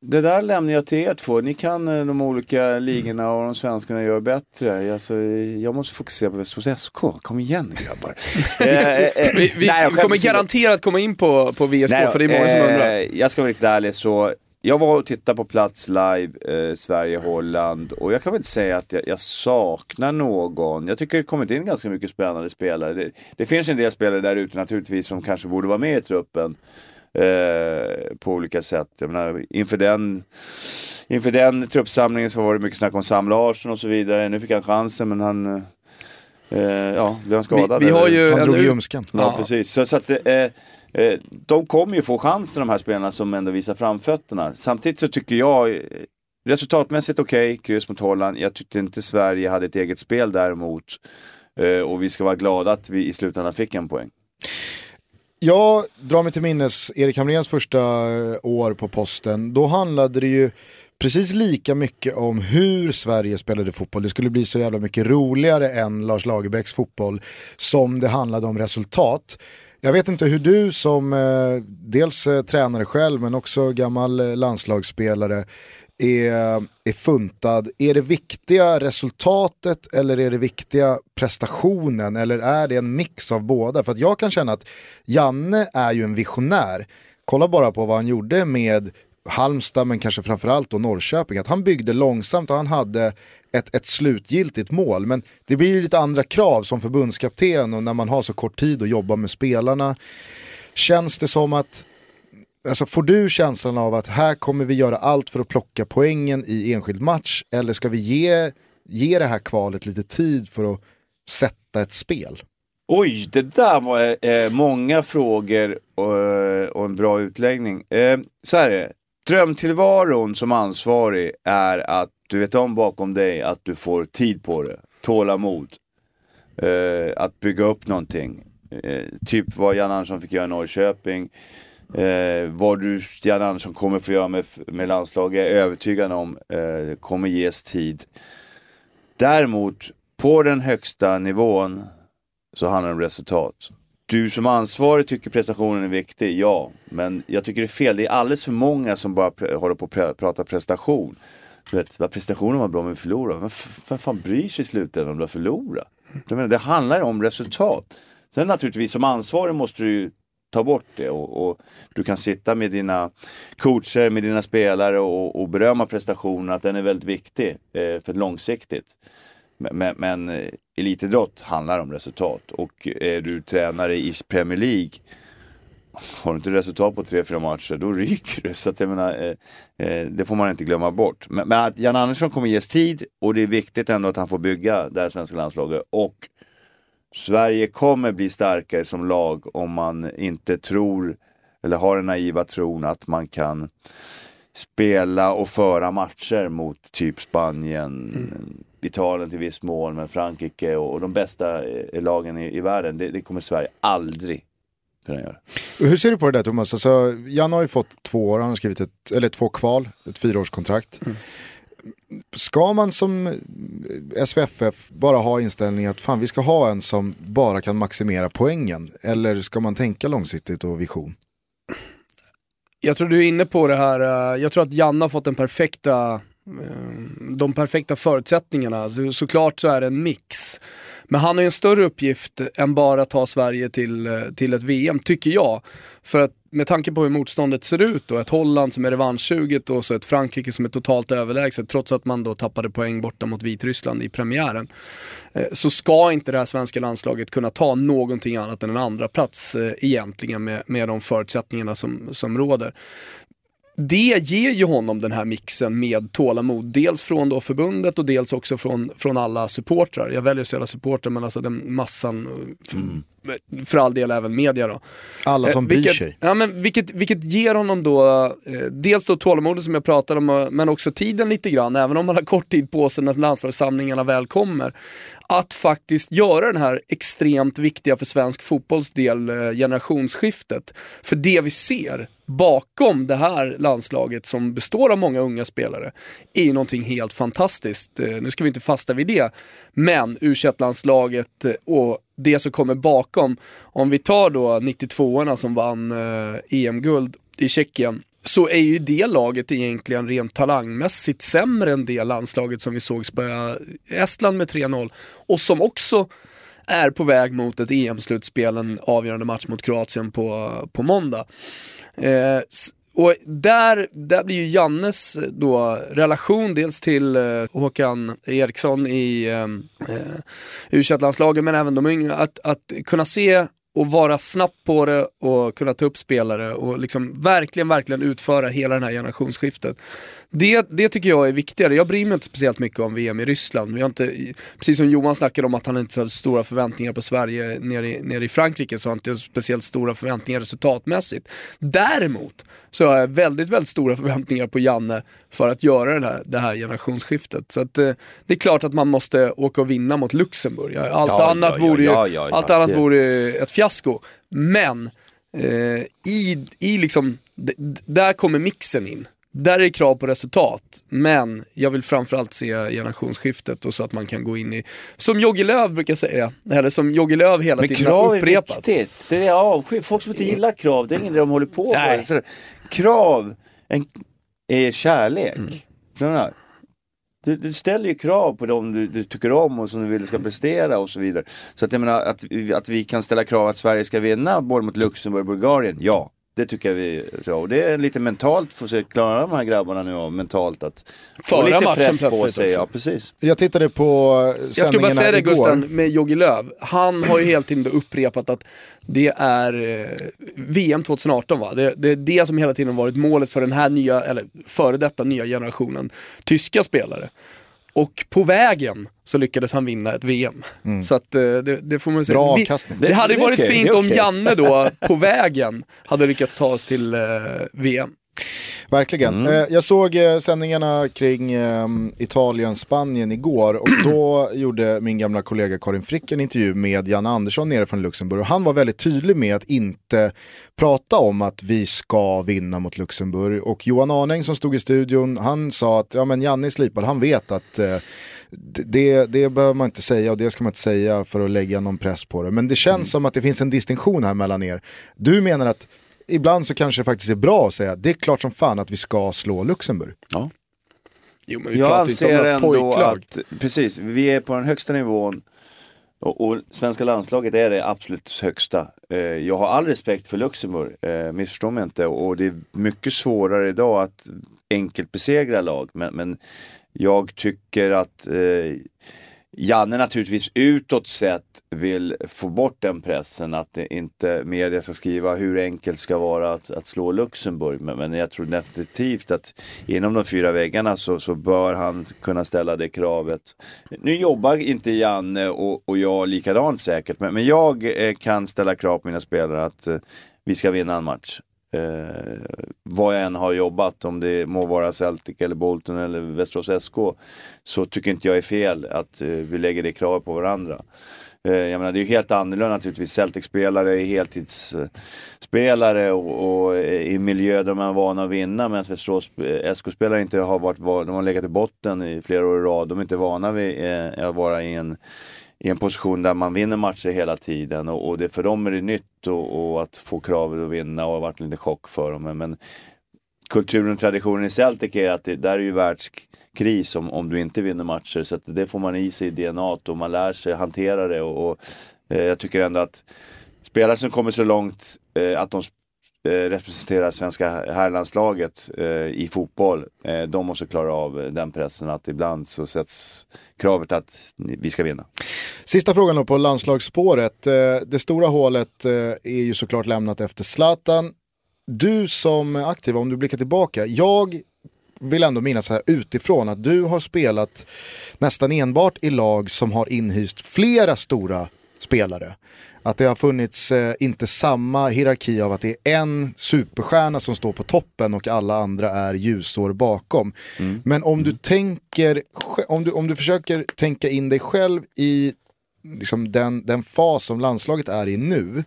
det där lämnar jag till er två. Ni kan de olika ligorna och de svenskarna gör bättre. Alltså, jag måste fokusera på Västerås S K. Kom igen, grabbar. eh, vi vi nej, kommer garanterat komma in på, på V S K, nej, för det är många som undrar. Eh, jag ska vara riktigt ärlig, så jag var och tittade på plats live, eh, Sverige-Holland, och jag kan väl inte säga att jag, jag saknar någon. Jag tycker det kommit in ganska mycket spännande spelare. Det, det finns en del spelare där ute naturligtvis som kanske borde vara med i truppen. Eh, på olika sätt. Jag menar, inför den inför den truppsamlingen så var det mycket snack om Sam Larsson och så vidare. Nu fick han chansen, men han eh, ja, blev han skadad. Vi, vi har ju han drog ljumsken. Ja, ja, precis. Så, så att eh, eh, de kommer ju få chansen, de här spelarna som ändå visar framfötterna. Samtidigt så tycker jag resultatmässigt okej, okay, kryss mot Holland. Jag tyckte inte Sverige hade ett eget spel däremot. Eh, och vi ska vara glada att vi i slutändan fick en poäng. Jag drar mig till minnes Erik Hamréns första år på posten. Då handlade det ju precis lika mycket om hur Sverige spelade fotboll. Det skulle bli så jävla mycket roligare än Lars Lagerbäcks fotboll som det handlade om resultat. Jag vet inte hur du som eh, dels eh, tränare själv men också gammal eh, landslagsspelare är, är funtad. Är det viktiga resultatet eller är det viktiga prestationen, eller är det en mix av båda? För att jag kan känna att Janne är ju en visionär. Kolla bara på vad han gjorde med Halmstad, men kanske framförallt då Norrköping. Att han byggde långsamt och han hade ett, ett slutgiltigt mål. Men det blir ju lite andra krav som förbundskapten, och när man har så kort tid att jobba med spelarna. Känns det som att, alltså, får du känslan av att här kommer vi göra allt för att plocka poängen i enskild match, eller ska vi ge, ge det här kvalet lite tid för att sätta ett spel? Oj, det där var eh, många frågor och, och en bra utläggning. Eh, så här är det. Drömtillvaron som ansvarig är att du vet om bakom dig att du får tid på det, tålamod, eh, att bygga upp någonting. Eh, typ vad Jan Andersson fick göra i Norrköping. Eh, vad du, Jan Andersson kommer få göra med, med landslaget är jag övertygad om eh, kommer ges tid. Däremot på den högsta nivån så handlar det om resultat. Du som ansvarig tycker prestationen är viktig, ja, men jag tycker det är fel. Det är alldeles för många som bara pr- håller på att pr- prata prestation. Du vet, vad prestationen var bra men förlora. Men f- fan bryr sig i slutändan om du har förlorat? Jag menar, det handlar om resultat. Sen naturligtvis som ansvarig måste du ju ta bort det, och, och du kan sitta med dina coacher, med dina spelare och, och berömma prestationen, att den är väldigt viktig eh, för långsiktigt. Men, men, men elitidrott handlar om resultat, och är du tränare i Premier League, har du inte resultat på tre, fyra matcher, då ryker du. Så att jag menar, eh, eh, det får man inte glömma bort. Men, men att Jan Andersson kommer ges tid, och det är viktigt ändå att han får bygga det här svenska landslaget, och Sverige kommer bli starkare som lag om man inte tror, eller har den naiva tron att man kan spela och föra matcher mot typ Spanien, mm. Italien till viss mål, men Frankrike och, och de bästa eh, lagen i, i världen. Det, det kommer Sverige aldrig kunna göra. Hur ser du på det där, Thomas? Alltså, Jan har ju fått två år, han har skrivit ett, eller två kval, ett fyraårskontrakt. Mm. Ska man som S V F F bara ha inställningen att fan, vi ska ha en som bara kan maximera poängen, eller ska man tänka långsiktigt och vision? Jag tror du är inne på det här. Jag tror att Janne har fått den perfekta de perfekta förutsättningarna. Så, såklart så är det en mix. Men han har ju en större uppgift än bara ta Sverige till, till ett V M, tycker jag. För att med tanke på hur motståndet ser ut då, ett Holland som är revanschsuget och så ett Frankrike som är totalt överlägset, trots att man då tappade poäng borta mot Vitryssland i premiären, så ska inte det här svenska landslaget kunna ta någonting annat än en andra plats egentligen med, med de förutsättningarna som, som råder. Det ger ju honom den här mixen med tålamod, dels från då förbundet och dels också från, från alla supportrar. Jag väljer att säga alla supportrar, men alltså den massan, för, mm. för all del även media då. Alla som eh, bryr vilket, sig. Ja, men vilket, vilket ger honom då eh, dels då tålamodet som jag pratade om, men också tiden lite grann, även om man har kort tid på sig när landslagssamlingarna väl kommer, att faktiskt göra den här extremt viktiga för svensk fotbollsdel eh, generationsskiftet. För det vi ser bakom det här landslaget som består av många unga spelare är ju någonting helt fantastiskt. Nu ska vi inte fasta vid det, men U tjugoett-landslaget och det som kommer bakom, om vi tar då nittiotvåorna som vann eh, E M-guld i Tjeckien så är ju det laget egentligen rent talangmässigt sämre än det landslaget som vi såg spöa Estland med tre noll och som också är på väg mot ett E M-slutspel, en avgörande match mot Kroatien på, på måndag. Eh, och där, där blir ju Jannes då relation dels till eh, Håkan Eriksson i eh, U tjugoett-landslaget, men även de yngre, att, att kunna se och vara snabb på det och kunna ta upp spelare och liksom verkligen, verkligen utföra hela den här generationsskiftet. Det, det tycker jag är viktigare. Jag bryr mig inte speciellt mycket om V M i Ryssland. Vi har inte, precis som Johan snackade om att han inte hade stora förväntningar på Sverige nere i, nere i Frankrike, så har han inte speciellt stora förväntningar resultatmässigt. Däremot så har jag väldigt, väldigt stora förväntningar på Janne för att göra det här, det här generationsskiftet. Så att, eh, det är klart att man måste åka och vinna mot Luxemburg. Allt ja, annat ja, vore, ja, ja, ja, allt ja, annat det... vore ett fiasko. Men eh, i, i liksom d- d- där kommer mixen in. Där är det krav på resultat, men jag vill framförallt se generationsskiftet och så att man kan gå in i, som Jogi Löw brukar säga, eller som Jogi Löw hela men tiden har upprepat. Men krav är viktigt, det är avsky. Folk som inte gillar krav, det är ingen de håller på Nej. med. Krav en, är kärlek. Mm. Du, du ställer ju krav på dem du, du tycker om och som du vill ska prestera och så vidare. Så att jag menar, att, att vi kan ställa krav att Sverige ska vinna både mot Luxemburg och Bulgarien, ja. Det tycker jag vi, så, och det är lite mentalt för att klara de här grabbarna nu av mentalt att föra lite matchen press på plötsligt sig, också. ja precis. Jag tittade på sändningarna Jag skulle bara säga det igår. Gustav med Jogi Löw. Han har ju hela tiden upprepat att det är eh, V M tjugo arton va? Det, det är det som hela tiden varit målet för den här nya, eller före detta nya generationen tyska spelare. Och på vägen så lyckades han vinna ett V M. Mm. Så att det, det får man säga. Bra Vi, avkastning. det hade det, varit det okay, fint okay. om Janne då på vägen hade lyckats ta oss till eh, V M. Verkligen. Mm. Eh, jag såg eh, sändningarna kring eh, Italien-Spanien igår och då gjorde min gamla kollega Karin Frick en intervju med Jan Andersson nere från Luxemburg och han var väldigt tydlig med att inte prata om att vi ska vinna mot Luxemburg och Johan Arning som stod i studion, han sa att ja, men Janne är slipad, han vet att eh, det, det behöver man inte säga och det ska man inte säga för att lägga någon press på det, men det känns mm. som att det finns en distinktion här mellan er. Du menar att ibland så kanske det faktiskt är bra att säga det är klart som fan att vi ska slå Luxemburg. Ja. Jo, men vi jag pratar inte om anser ändå pojklag. att, precis, vi är på den högsta nivån och, och svenska landslaget är det absolut högsta. Eh, jag har all respekt för Luxemburg, eh, missförstå mig inte, och det är mycket svårare idag att enkelt besegra lag, men, men jag tycker att eh, Janne naturligtvis utåt sett vill få bort den pressen att det inte media ska skriva hur enkelt ska vara att, att slå Luxemburg, men, men jag tror definitivt att inom de fyra väggarna så, så bör han kunna ställa det kravet. Nu jobbar inte Janne och, och jag likadant säkert, men, men jag eh, kan ställa krav på mina spelare att eh, vi ska vinna en match. Eh, vad jag än har jobbat, om det må vara Celtic eller Bolton eller Västerås S K, så tycker inte jag är fel att eh, vi lägger det kravet på varandra. eh, jag menar, det är ju helt annorlunda naturligtvis. Celtic-spelare är heltidsspelare och, och i miljö där man är vana att vinna, medan Västerås S K-spelare inte har varit, de har legat i botten i flera år i rad. De är inte vana vid eh, att vara i en i en position där man vinner matcher hela tiden, och, och det för dem är det nytt och, och att få kravet att vinna och har varit lite chock för dem. Men, men kulturen och traditionen i Celtic är att det där är ju världskris om, om du inte vinner matcher, så att det får man i sig i D N A och man lär sig hantera det, och, och eh, jag tycker ändå att spelare som kommer så långt eh, att de representerar svenska herrlandslaget eh, i fotboll, eh, de måste klara av den pressen att ibland så sätts kravet att vi ska vinna. Sista frågan då på landslagsspåret. Eh, det stora hålet eh, är ju såklart lämnat efter Zlatan. Du som är aktiv, om du blickar tillbaka, jag vill ändå minnas här utifrån att du har spelat nästan enbart i lag som har inhyst flera stora spelare. Att det har funnits eh, inte samma hierarki av att det är en superstjärna som står på toppen och alla andra är ljusår bakom. Mm. Men om du tänker, om du, om du försöker tänka in dig själv i liksom den, den fas som landslaget är i nu,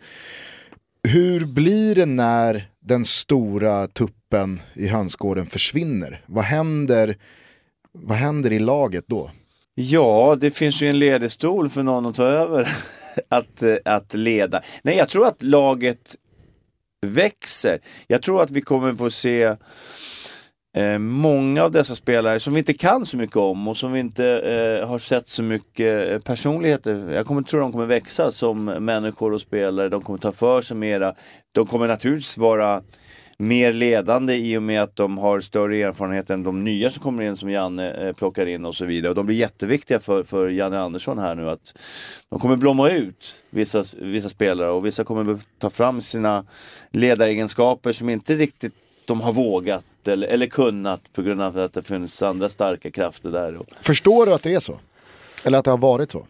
hur blir det när den stora tuppen i hönsgården försvinner? Vad händer, vad händer i laget då? Ja, det finns ju en ledestol för någon att ta över. Att, att leda. Nej, jag tror att laget växer. Jag tror att vi kommer få se eh, många av dessa spelare som vi inte kan så mycket om och som vi inte eh, har sett så mycket personligheter. Jag kommer tro att de kommer växa som människor och spelare. De kommer ta för sig mera. De kommer naturligtvis vara mer ledande i och med att de har större erfarenhet än de nya som kommer in, som Janne eh, plockar in och så vidare. Och de blir jätteviktiga för, för Janne Andersson här nu, att de kommer blomma ut vissa, vissa spelare, och vissa kommer ta fram sina ledaregenskaper som inte riktigt de har vågat eller, eller kunnat på grund av att det finns andra starka krafter där. Förstår du att det är så? Eller att det har varit så?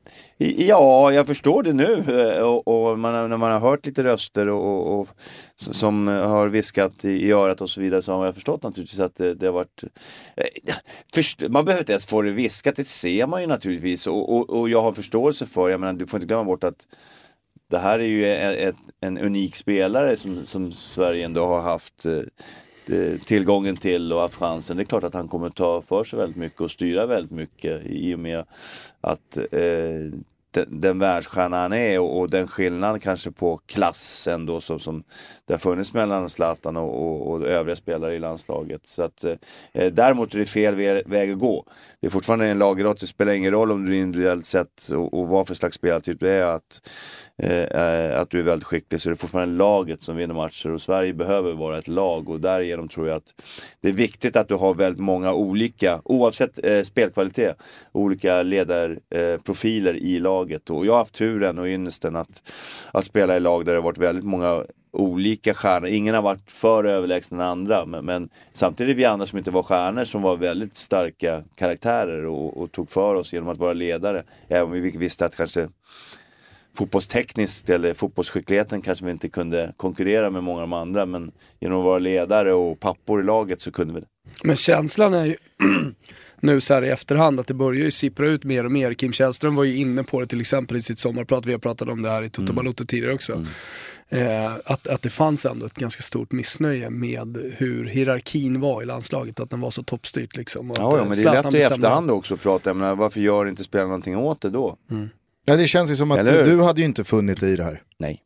Ja, jag förstår det nu, och, och man, när man har hört lite röster och, och, och som har viskat i, i örat och så vidare, så har jag förstått naturligtvis att det, det har varit först, man behöver inte ens få det viskat, det ser man ju naturligtvis, och, och, och jag har förståelse för, jag menar, du får inte glömma bort att det här är ju ett, en unik spelare som, som Sverige ändå har haft tillgången till och haft chansen. Det är klart att han kommer ta för sig väldigt mycket och styra väldigt mycket i och med att eh, den, den världsstjärna han är, och, och den skillnad kanske på klassen då som, som det har funnits mellan Zlatan och, och, och övriga spelare i landslaget. Så att eh, däremot är det fel väg, väg att gå. Det är fortfarande en lagidrott, det spelar ingen roll om du individuellt sett och, och vad för slags spelartyp det är, att Eh, att du är väldigt skicklig, så är det fortfarande laget som vinner matcher, och Sverige behöver vara ett lag, och därigenom tror jag att det är viktigt att du har väldigt många olika, oavsett eh, spelkvalitet, olika ledarprofiler eh, i laget, och jag har haft turen och ynnesten att, att spela i lag där det har varit väldigt många olika stjärnor. Ingen har varit för överlägsen än andra, men, men samtidigt vi andra som inte var stjärnor som var väldigt starka karaktärer och, och tog för oss genom att vara ledare, även om vi visste att kanske fotbollstekniskt eller fotbollsskickligheten kanske vi inte kunde konkurrera med många av de andra, men genom att vara ledare och pappor i laget så kunde vi det. Men känslan är ju nu så här i efterhand att det börjar ju sippra ut mer och mer. Kim Källström var ju inne på det till exempel i sitt sommarprat, vi har pratat om det här i Toto Balotto tidigare också. Mm. Eh, att, att det fanns ändå ett ganska stort missnöje med hur hierarkin var i landslaget, att den var så toppstyrt liksom. Ja, ja, men det är lätt i efterhand också att prata, men varför gör inte spelarna någonting åt det då? Mm. Ja, det känns ju som att du hade ju inte funnit i det här. Nej.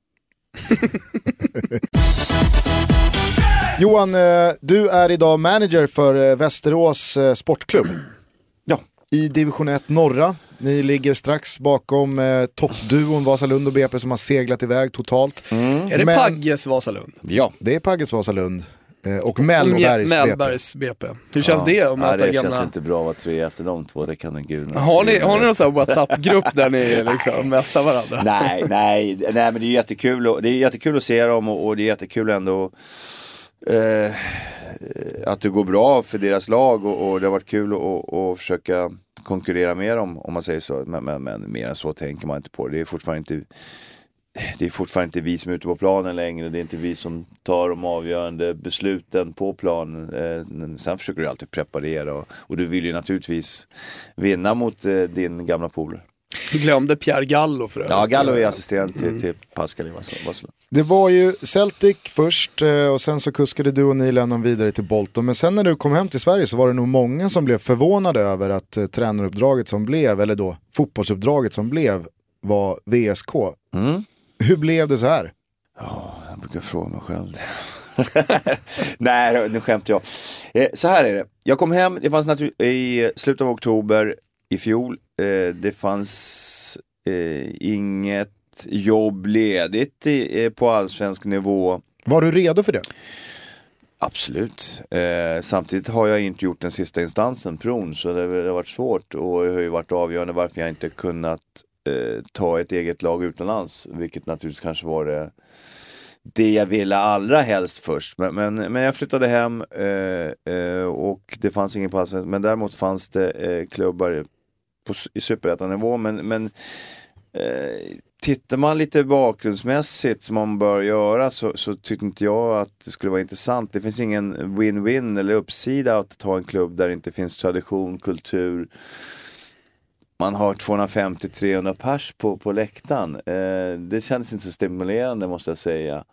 Johan, du är idag manager för Västerås Sportklubb. Ja. I division ett norra. Ni ligger strax bakom eh, toppduon Vasalund och B P som har seglat iväg totalt. Mm. Är det Men... Pagges Vasalund? Ja, det är Pagges Vasalund. Och Mellbergs, Mellbergs B P. Hur känns ja. det att möta ja, det gamla... känns inte bra att vara tre efter de två, det kan en gud. Har ni, har ni någon sån här WhatsApp-grupp där ni liksom mässar varandra? nej, nej, nej, men det är jättekul, och, det är jättekul att se dem, och, och det är jättekul ändå eh, att det går bra för deras lag, och, och det har varit kul att, att försöka konkurrera med dem, om man säger så, men, men, men mer än så tänker man inte på det. Det är fortfarande inte Det är fortfarande inte vi som är ute på planen längre. Det är inte vi som tar de avgörande besluten på planen. Eh, sen försöker du alltid preparera. Och, och du vill ju naturligtvis vinna mot eh, din gamla polare. Du glömde Pierre Gallo för övrigt. Ja, Gallo är assistent till, mm. till Pascal i Vasalund. Det var ju Celtic först, och sen så kuskade du och Neil Lennon vidare till Bolton. Men sen när du kom hem till Sverige så var det nog många som blev förvånade över att eh, tränaruppdraget som blev, eller då fotbollsuppdraget som blev, var V S K. Mm. Hur blev det så här? Ja, jag brukar fråga mig själv det. Nej, nu skämtar jag. Eh, så här är det. Jag kom hem, det fanns natur- i slutet av oktober i fjol. Eh, det fanns eh, inget jobb ledigt i, eh, på allsvensk nivå. Var du redo för det? Absolut. Eh, samtidigt har jag inte gjort den sista instansen, pron, så det, det har varit svårt, och det har ju varit avgörande varför jag inte kunnat eh, ta ett eget lag utomlands, vilket naturligtvis kanske var det, det jag ville allra helst först. Men, men, men jag flyttade hem eh, eh, och det fanns ingen på allsvensk, men däremot fanns det eh, klubbar på, i superettanivå, men, men eh, tittar man lite bakgrundsmässigt som man bör göra, så, så tycker inte jag att det skulle vara intressant. Det finns ingen win-win eller uppsida att ta en klubb där det inte finns tradition, kultur. Man har tvåhundrafemtio till trehundra pers på, på läktaren. Eh, det kändes inte så stimulerande, måste jag säga.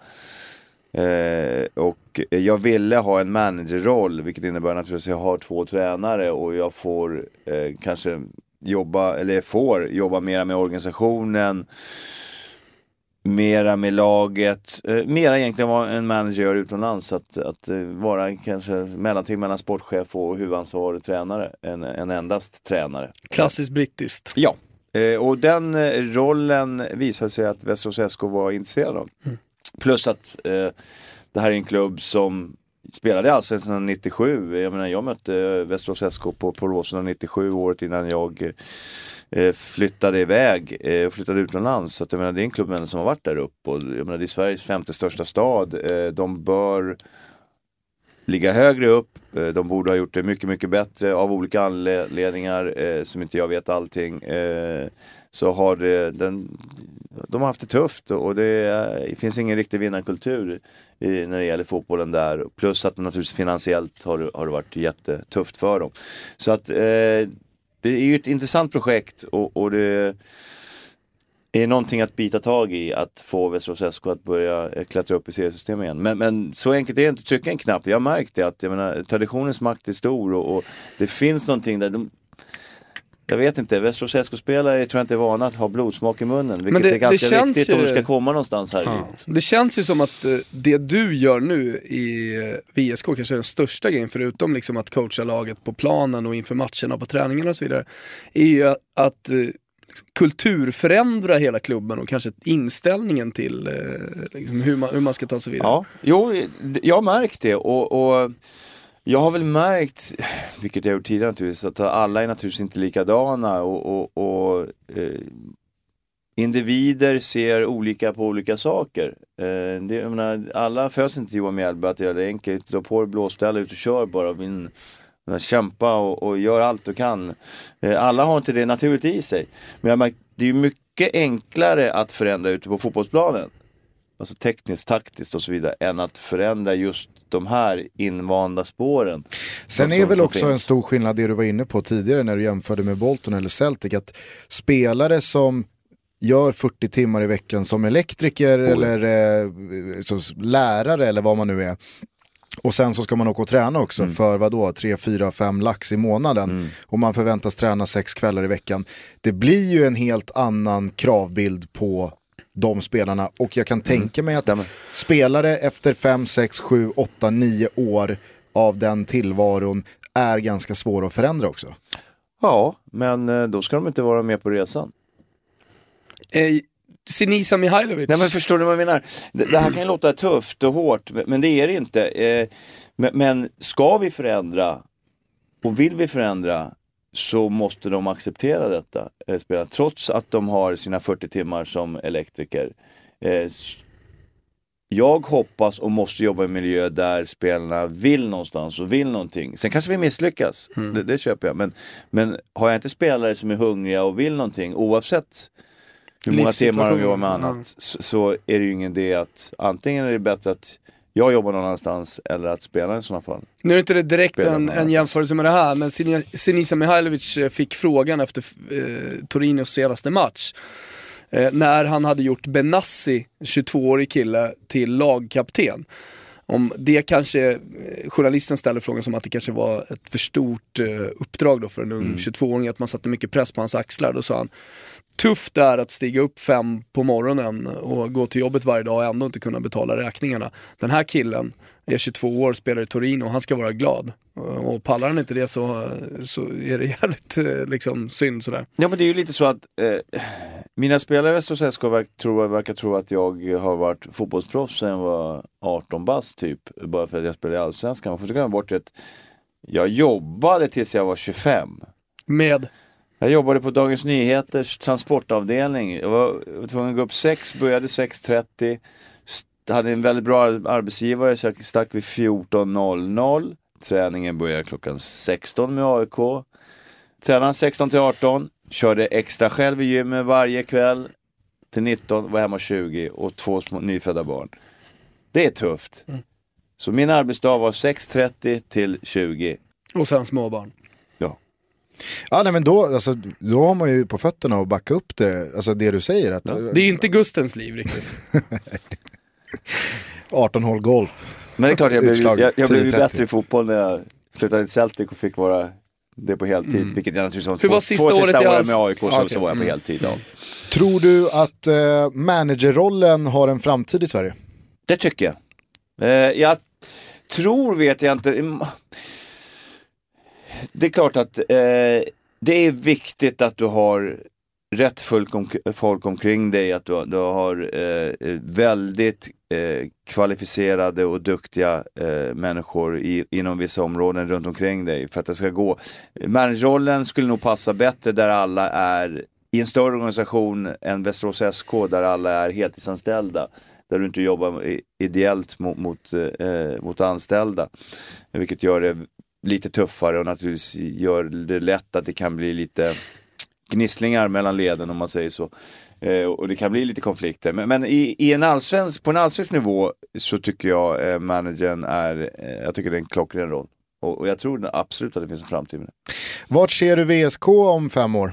Eh, och jag ville ha en managerroll, vilket innebär naturligtvis att jag har två tränare och jag får eh, kanske jobba, eller får jobba mer med organisationen. mera med laget, eh, mera egentligen vad en manager gör utomlands, att, att eh, vara kanske mellanting mellan sportchef och huvudansvarig tränare, en, en endast tränare. Klassiskt brittiskt. Ja, eh, och den eh, rollen visade sig att Västerås S K var intresserad av. Mm. Plus att eh, det här är en klubb som spelade i Allsvenskan nittiosju. Jag menar, jag mötte Västerås S K på, på Råsunda nittiosju, året innan jag eh, flyttade iväg och eh, flyttade utomlands. Så att, jag menar, det är en klubb som har varit där uppe. Och, jag menar, det är Sveriges femte största stad. Eh, de bör ligga högre upp. Eh, de borde ha gjort det mycket, mycket bättre av olika anledningar eh, som inte jag vet allting. Eh, så har det, den, de har haft det tufft och det, det finns ingen riktig vinnarkultur i, när det gäller fotbollen där. Plus att naturligtvis finansiellt har, har det varit jättetufft för dem. Så att eh, det är ju ett intressant projekt och, och det är någonting att bita tag i, att få Västerås S K att börja klättra upp i seriesystemet igen. Men, men så enkelt är det inte att trycka en knapp. Jag märkte att jag menar, traditionens makt är stor och, och det finns någonting där. De, jag vet inte, Västerås S K-spelare tror jag inte är vana att ha blodsmak i munnen. Vilket det, är ganska viktigt ju, om du ska komma någonstans här. Ja. Det känns ju som att uh, det du gör nu i uh, V S K kanske är den största grejen, förutom liksom att coacha laget på planen och inför matcherna och på träningarna och så vidare, är ju att, att uh, kulturförändra hela klubben och kanske inställningen till uh, liksom hur, man, hur man ska ta sig vidare. Ja, jo, jag har märkt det och... och jag har väl märkt, vilket jag gjort tidigare naturligtvis, att alla är naturligtvis inte likadana och, och, och eh, individer ser olika på olika saker. Eh, det, jag menar, alla föds inte Johan Mjällby att göra det enkelt, dra på blåställa ut och kör bara och vin, kämpa och, och gör allt du kan. Eh, alla har inte det naturligt i sig. Men jag har märkt, det är ju mycket enklare att förändra ute på fotbollsplanen. Alltså tekniskt, taktiskt och så vidare, än att förändra just de här invanda spåren. Sen är väl också finns. En stor skillnad det du var inne på tidigare när du jämförde med Bolton eller Celtic, att spelare som gör fyrtio timmar i veckan som elektriker oh. eller eh, så, lärare eller vad man nu är, och sen så ska man åka och träna också mm. för vad då, tre, fyra, fem lax i månaden mm. och man förväntas träna sex kvällar i veckan. Det blir ju en helt annan kravbild på de spelarna, och jag kan tänka mig mm, att spelare efter fem, sex, sju, åtta, nio år av den tillvaron är ganska svåra att förändra också. Ja, men då ska de inte vara med på resan. Eh, Sinisa Mihailovic. Nej, men förstår du vad jag menar? Det, det här kan ju låta tufft och hårt, men det är det inte. Eh, men, men ska vi förändra och vill vi förändra, så måste de acceptera detta. Eh, spela, trots att de har sina fyrtio timmar som elektriker. Eh, jag hoppas och måste jobba i en miljö där spelarna vill någonstans och vill någonting. Sen kanske vi misslyckas, mm. det, det köper jag. Men, men har jag inte spelare som är hungriga och vill någonting, oavsett hur många timmar de jobbar med annat, mm. så, så är det ju ingen idé att antingen är det bättre att jag jobbar någon annanstans eller att spela i sådana fall. Nu är det inte det direkt en, en jämförelse med det här, men Sinisa Mihailovic fick frågan efter eh, Torinos senaste match. Eh, när han hade gjort Benassi, tjugotvåårig kille, till lagkapten. Om det kanske, journalisten ställer frågan som att det kanske var ett för stort eh, uppdrag då för en ung mm. tjugotvååring, att man satte mycket press på hans axlar. Då sa han, tufft är att stiga upp fem på morgonen och gå till jobbet varje dag och ändå inte kunna betala räkningarna. Den här killen är tjugotvå år, spelar i Torino och han ska vara glad. Och pallar han inte det så, så är det jävligt liksom synd sådär. Ja, men det är ju lite så att eh, mina spelare i Västerås S K verkar tro, verkar tro att jag har varit fotbollsproffs sedan jag var arton bast typ. Bara för att jag spelade i Allsvenskan. Man får glömma bort att jag jobbade tills jag var tjugofem. Med? Jag jobbade på Dagens Nyheters transportavdelning. Jag var tvungen att gå upp sex, började sex trettio. Hade en väldigt bra arbetsgivare, så jag stack vid fjorton noll noll. Träningen började klockan sexton med A I K. Tränade sexton till arton. Körde extra själv i gymmet varje kväll till nitton, var hemma tjugo och två små nyfödda barn. Det är tufft. Mm. Så min arbetsdag var sex trettio till tjugo. Och sen småbarn. Ja, nej, men då, alltså, då har man ju på fötterna och backa upp det, alltså det du säger. Att, ja. Det är ju inte Gustens liv riktigt. arton hål golf. Men det är klart, jag blev, jag, jag blev ju bättre i fotboll när jag flyttade till Celtic och fick vara Det är på heltid, mm. vilket jag naturligtvis har två, två sista, två sista året åren alls... med A I K så, okay. så var jag på heltid. Ja. Tror du att eh, managerrollen har en framtid i Sverige? Det tycker jag. Eh, jag tror, vet jag inte. Det är klart att eh, det är viktigt att du har rätt folk, om, folk omkring dig, att du, du har eh, väldigt eh, kvalificerade och duktiga eh, människor i, inom vissa områden runt omkring dig för att det ska gå. Managerrollen skulle nog passa bättre där alla är i en större organisation än Västerås S K, där alla är heltidsanställda, där du inte jobbar ideellt mot, mot, eh, mot anställda, vilket gör det lite tuffare och naturligtvis gör det lätt att det kan bli lite gnisslingar mellan leden, om man säger så. Eh, och det kan bli lite konflikter. Men, men i, i en allsvensk, på en allsvensk nivå så tycker jag eh, managern är, eh, jag tycker det är en klockren roll. Och, och jag tror absolut att det finns en framtid med det. Vart ser du V S K om fem år?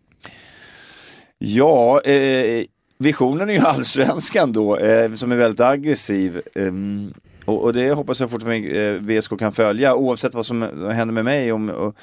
Ja, eh, visionen är ju allsvenskan då, eh, som är väldigt aggressiv. Eh, och, och det hoppas jag fortfarande eh, V S K kan följa, oavsett vad som händer med mig om... Och,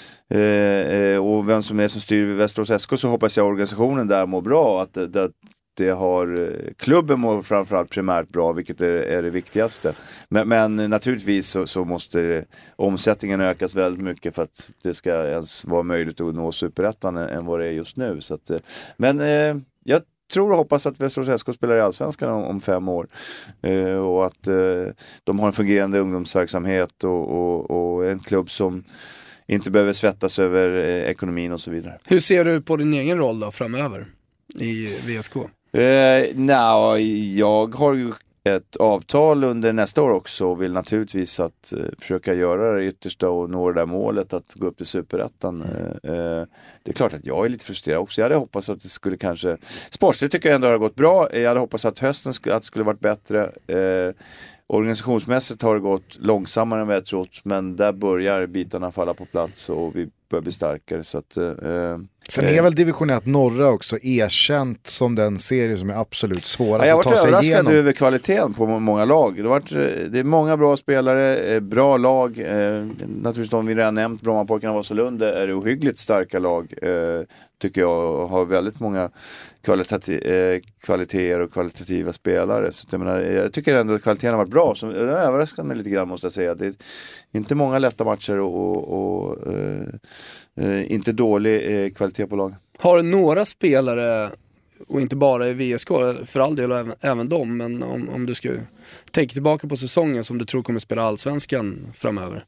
Eh, och vem som är som styr vid Västerås S K, så hoppas jag organisationen där mår bra, att, att det har, klubben mår framförallt primärt bra, vilket är, är det viktigaste. Men, men naturligtvis så, så måste omsättningen ökas väldigt mycket för att det ska ens vara möjligt att nå superettan än, än vad det är just nu. Så att, men eh, jag tror och hoppas att Västerås S K spelar i Allsvenskan om, om fem år eh, och att eh, de har en fungerande ungdomsverksamhet och, och, och en klubb som inte behöver svettas över eh, ekonomin och så vidare. Hur ser du på din egen roll då framöver i V S K? Eh, no, jag har ju ett avtal under nästa år också och vill naturligtvis att eh, försöka göra det yttersta och nå det där målet att gå upp till superettan. Eh, eh, det är klart att jag är lite frustrerad också. Jag hade hoppats att det skulle kanske... Sportsligt tycker jag ändå har gått bra. Jag hade hoppats att hösten sk- att det skulle varit bättre. Eh, Organisationsmässigt har det gått långsammare än vad jag trott, men där börjar bitarna falla på plats och vi börjar bli starkare. Så att, eh, Sen är väl division ett norra också erkänt som den serie som är absolut svårast ja, att ta sig igenom. Jag har varit överraskad över kvaliteten på många lag. Det, har varit, det är många bra spelare, bra lag. Eh, naturligtvis de vi redan nämnt, Brommapojkarna och Vasalund är ohyggligt starka lag. Eh, tycker jag har väldigt många kvalitati- eh, kvaliteter och kvalitativa spelare. Så jag, menar, jag tycker ändå att kvaliteten har varit bra. Så det överraskar mig lite grann, måste jag säga. Det är inte många lätta matcher och, och, och eh, eh, inte dålig eh, kvalitet på lag. Har du några spelare, och inte bara i V S K, för all del och även, även dem, men om, om du ska tänka tillbaka på säsongen som du tror kommer spela Allsvenskan framöver?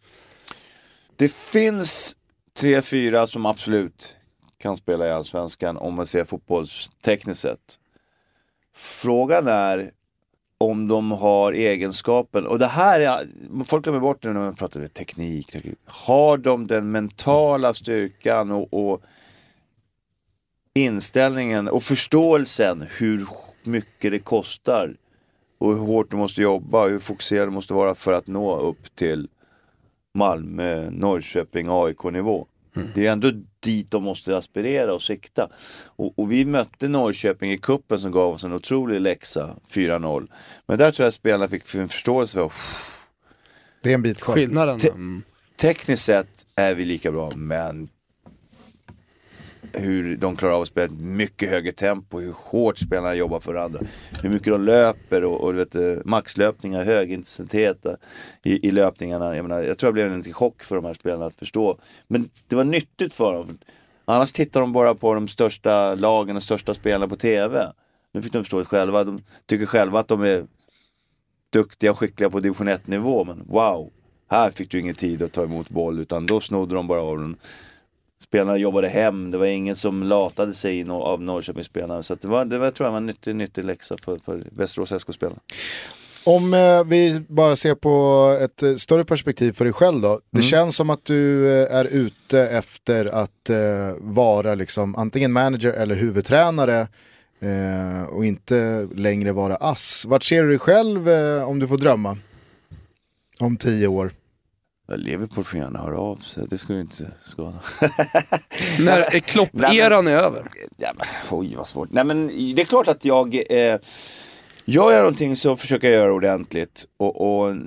Det finns tre, fyra som absolut kan spela i Allsvenskan om man ser fotbollstekniskt sett. Frågan är om de har egenskapen, och det här är, folk glömmer bort det när man pratar om teknik, teknik. Har de den mentala styrkan och, och inställningen och förståelsen hur mycket det kostar och hur hårt du måste jobba och hur fokuserad du måste vara för att nå upp till Malmö, Norrköping, A I K-nivå. Mm. Det är ändå dit de måste aspirera och sikta. Och, och vi mötte Norrköping i kuppen som gav oss en otrolig läxa, fyra noll. Men där tror jag att spelarna fick en förståelse för det är en bit kvar. Skillnaden. Te- tekniskt sett är vi lika bra, men hur de klarar av att spela ett mycket högre tempo, hur hårt spelarna jobbar för varandra, hur mycket de löper och, och du vet, maxlöpningar, hög intensitet i, i löpningarna. Jag menar, jag tror jag blev en liten chock för de här spelarna att förstå. Men det var nyttigt för dem. Annars tittar de bara på de största lagen och största spelarna på tv. Nu fick de förstå det själva. De tycker själva att de är duktiga och skickliga på division ett-nivå. Men wow, här fick du ingen tid att ta emot boll, utan då snodde de bara av den. Spelarna jobbade hem, det var ingen som latade sig in av Norrköpingsspelarna. Så att det var, det var, tror jag, var en nyttig, nyttig läxa för, för Västerås S K-spelarna. Om eh, vi bara ser på ett eh, större perspektiv för dig själv då. Det mm. känns som att du eh, är ute efter att eh, vara liksom antingen manager eller huvudtränare eh, och inte längre vara ass. Vart ser du dig själv eh, om du får drömma om tio år? Liverpool får gärna höra av sig, det skulle inte skada. När är Klopp-eran är över? Ja, men, oj, vad svårt. Nej, men det är klart att jag eh, gör jag någonting så försöker jag göra ordentligt. Och, och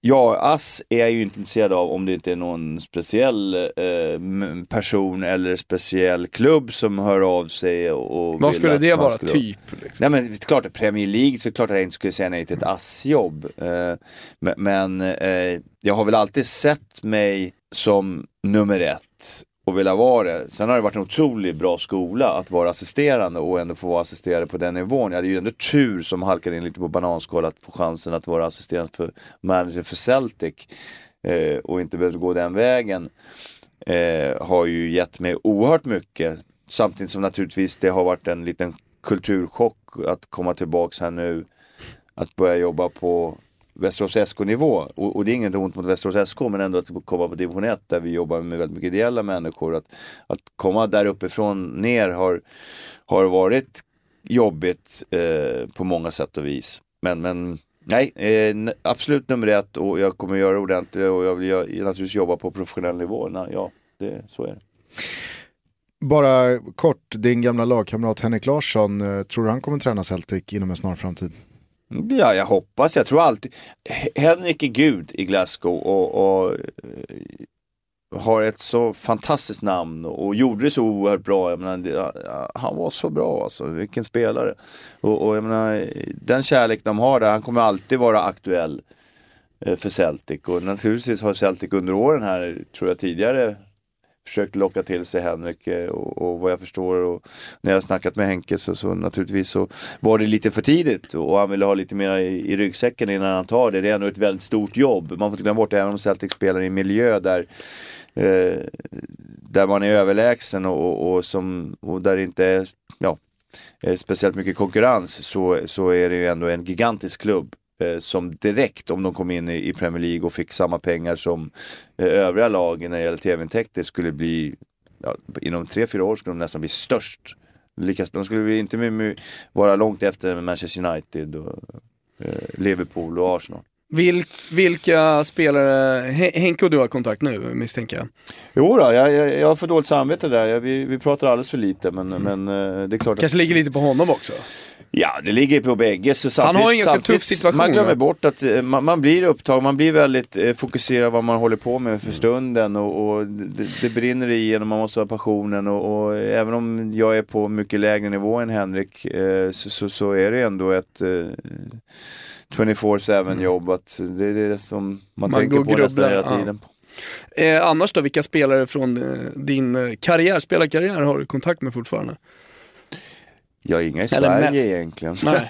Ja, Ass är jag ju inte intresserad av om det inte är någon speciell eh, person eller speciell klubb som hör av sig. Och vad skulle det vara skulle... typ? Liksom? Nej, men klart att Premier League, så klart att jag inte skulle säga nej till ett Ass-jobb. Eh, men men eh, jag har väl alltid sett mig som nummer ett och vilja vara det. Sen har det varit en otroligt bra skola att vara assisterande och ändå få vara assisterande på den nivån. Jag hade ju ändå tur som halkade in lite på bananskal att få chansen att vara assisterande för manager för Celtic eh, och inte behövde gå den vägen. Eh, har ju gett mig oerhört mycket. Samtidigt som naturligtvis det har varit en liten kulturchock att komma tillbaks här nu. Att börja jobba på Västerås S K-nivå, och, och det är inget ont mot Västerås S K, men ändå att komma på division ett där vi jobbar med väldigt mycket ideella människor, att, att komma där uppifrån ner har, har varit jobbigt eh, på många sätt och vis, men, men nej, eh, absolut nummer ett, och jag kommer göra ordentligt och jag vill jag, naturligtvis jobba på professionell nivå. Nej, ja, det, så är det. Bara kort, din gamla lagkamrat Henrik Larsson, tror du han kommer träna Celtic inom en snar framtid? Ja, jag hoppas. Jag tror alltid Henrik är gud i Glasgow och, och har ett så fantastiskt namn och gjorde det så oerhört bra. Jag menar, han var så bra alltså, vilken spelare. Och, och jag menar, den kärlek de har där, han kommer alltid vara aktuell för Celtic. Och naturligtvis har Celtic under åren här, tror jag tidigare, försökt locka till sig Henrik, och, och vad jag förstår, och när jag har snackat med Henke så, så naturligtvis så var det lite för tidigt och han ville ha lite mer i, i ryggsäcken innan han tar det. Det är ändå ett väldigt stort jobb. Man får inte glömma bort det, även om Celtic spelar i en miljö där eh, där man är överlägsen och, och, och, som, och där det inte är ja, speciellt mycket konkurrens, så, så är det ju ändå en gigantisk klubb som direkt, om de kom in i Premier League och fick samma pengar som eh, övriga lag när det gäller tv-intäkter, skulle bli, ja, inom tre, fyra år skulle de nästan bli störst. Lika, de skulle bli inte med, vara långt efter Manchester United och eh, Liverpool och Arsenal. Vil, vilka spelare, Henke och du har kontakt nu, misstänker jag? Jo då, jag, jag, jag har för dåligt samvete där. Jag, vi, vi pratar alldeles för lite, men, mm. men det är klart kanske att... ligger lite på honom också. Ja, det ligger på bägge. Så han har ju en ganska tuff situation. Man glömmer bort att man, man blir upptagen, man blir väldigt eh, fokuserad vad man håller på med för stunden, och, och det, det brinner igenom, man måste ha passionen, och, och även om jag är på mycket lägre nivå än Henrik eh, så, så, så är det ändå ett eh, tjugofyra sju jobb, att det är det som man, man tänker på nästan hela tiden. Ja. Eh, annars då, vilka spelare från eh, din karriär, spelarkarriär har du kontakt med fortfarande? Jag är inga i Sverige mest. Egentligen. Nej.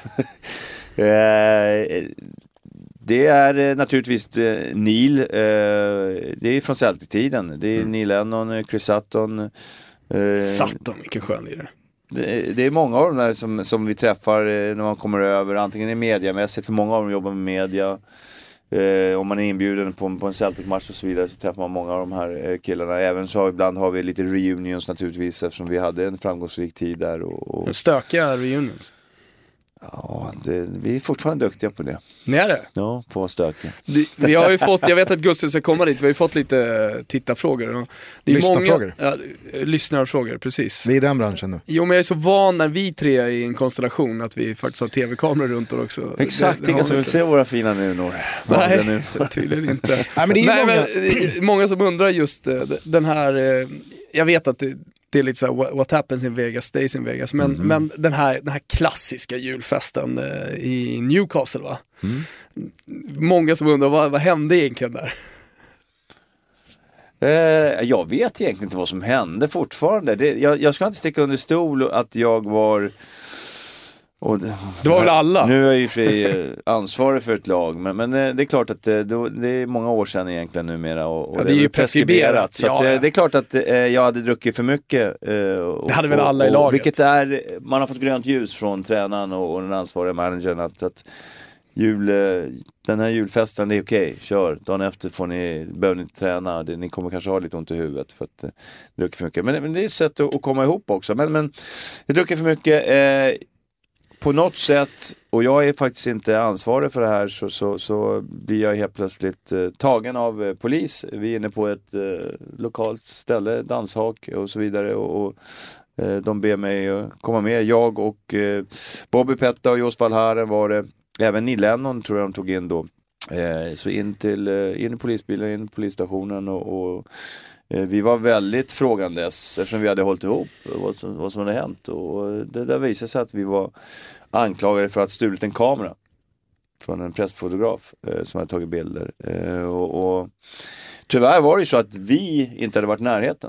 eh, det är naturligtvis eh, Neil, eh, det är från Celtic-tiden. Det är mm. Neil Lennon, Chris Sutton. Eh, Sutton, vilken skön lirare. Det, det är många av dem där som, som vi träffar eh, när man kommer över, antingen i mediamässigt, för många av dem jobbar med media. Eh, om man är inbjuden på, på en Celtic-match och så vidare, så träffar man många av de här eh, killarna. Även så ibland har vi lite reunions naturligtvis, eftersom vi hade en framgångsrik tid där. Och, och... Stökiga reunions? Ja, det, vi är fortfarande duktiga på det. Ni är det? Ja, på stöken. Vi, vi har ju fått, jag vet att Gustav ska komma dit, vi har ju fått lite tittarfrågor. Det är lyssnarfrågor? Många, ja, lyssnarfrågor, precis. Vi är i den branschen nu. Jo, men jag är så van när vi tre är i en konstellation att vi faktiskt har tv-kameror runt och också. Exakt, det, det inga som vill se våra fina nunor. Nej, nu. Tydligen inte. Nej, men det är Nej, många... men, många som undrar just den här, jag vet att det, det är lite så här, what happens in Vegas stays in Vegas, men, mm. men den, här, den här klassiska julfesten eh, i Newcastle, va? Mm. Många som undrar, vad, vad hände egentligen där? Eh, jag vet egentligen inte vad som hände fortfarande. Det, jag, jag ska inte sticka under stol att jag var... Och det, det var väl alla? Nu är jag ju fri ansvarig för ett lag, men, men det är klart att det, det är många år sedan egentligen numera, och, och ja, det är ju preskriberat. Så ja, att, ja. Det är klart att eh, jag hade druckit för mycket. Eh, och, det hade väl alla och, i laget. Vilket är, man har fått grönt ljus från tränaren och, och den ansvariga managern att, att jul, den här julfesten, det är okej, kör. Dagen efter får ni, behöver ni inte träna, det, ni kommer kanske ha lite ont i huvudet för att eh, druckit för mycket. Men, men det är ett sätt att, att komma ihop också. Men, men jag druckit för mycket... Eh, På något sätt, och jag är faktiskt inte ansvarig för det här, så, så, så blir jag helt plötsligt eh, tagen av eh, polis. Vi är inne på ett eh, lokalt ställe, danshak och så vidare, och, och eh, de ber mig uh, komma med. Jag och eh, Bobby Petta och Jos Valharen var det, även Neil Lennon tror jag de tog in då. Eh, så in till eh, in i polisbilen, in i polisstationen och, och eh, vi var väldigt frågandes eftersom vi hade hållit ihop vad som, vad som hade hänt. Och det där visade sig att vi var anklagade för att stulit en kamera från en pressfotograf eh, som hade tagit bilder. Eh, och, och tyvärr var det ju så att vi inte hade varit i närheten.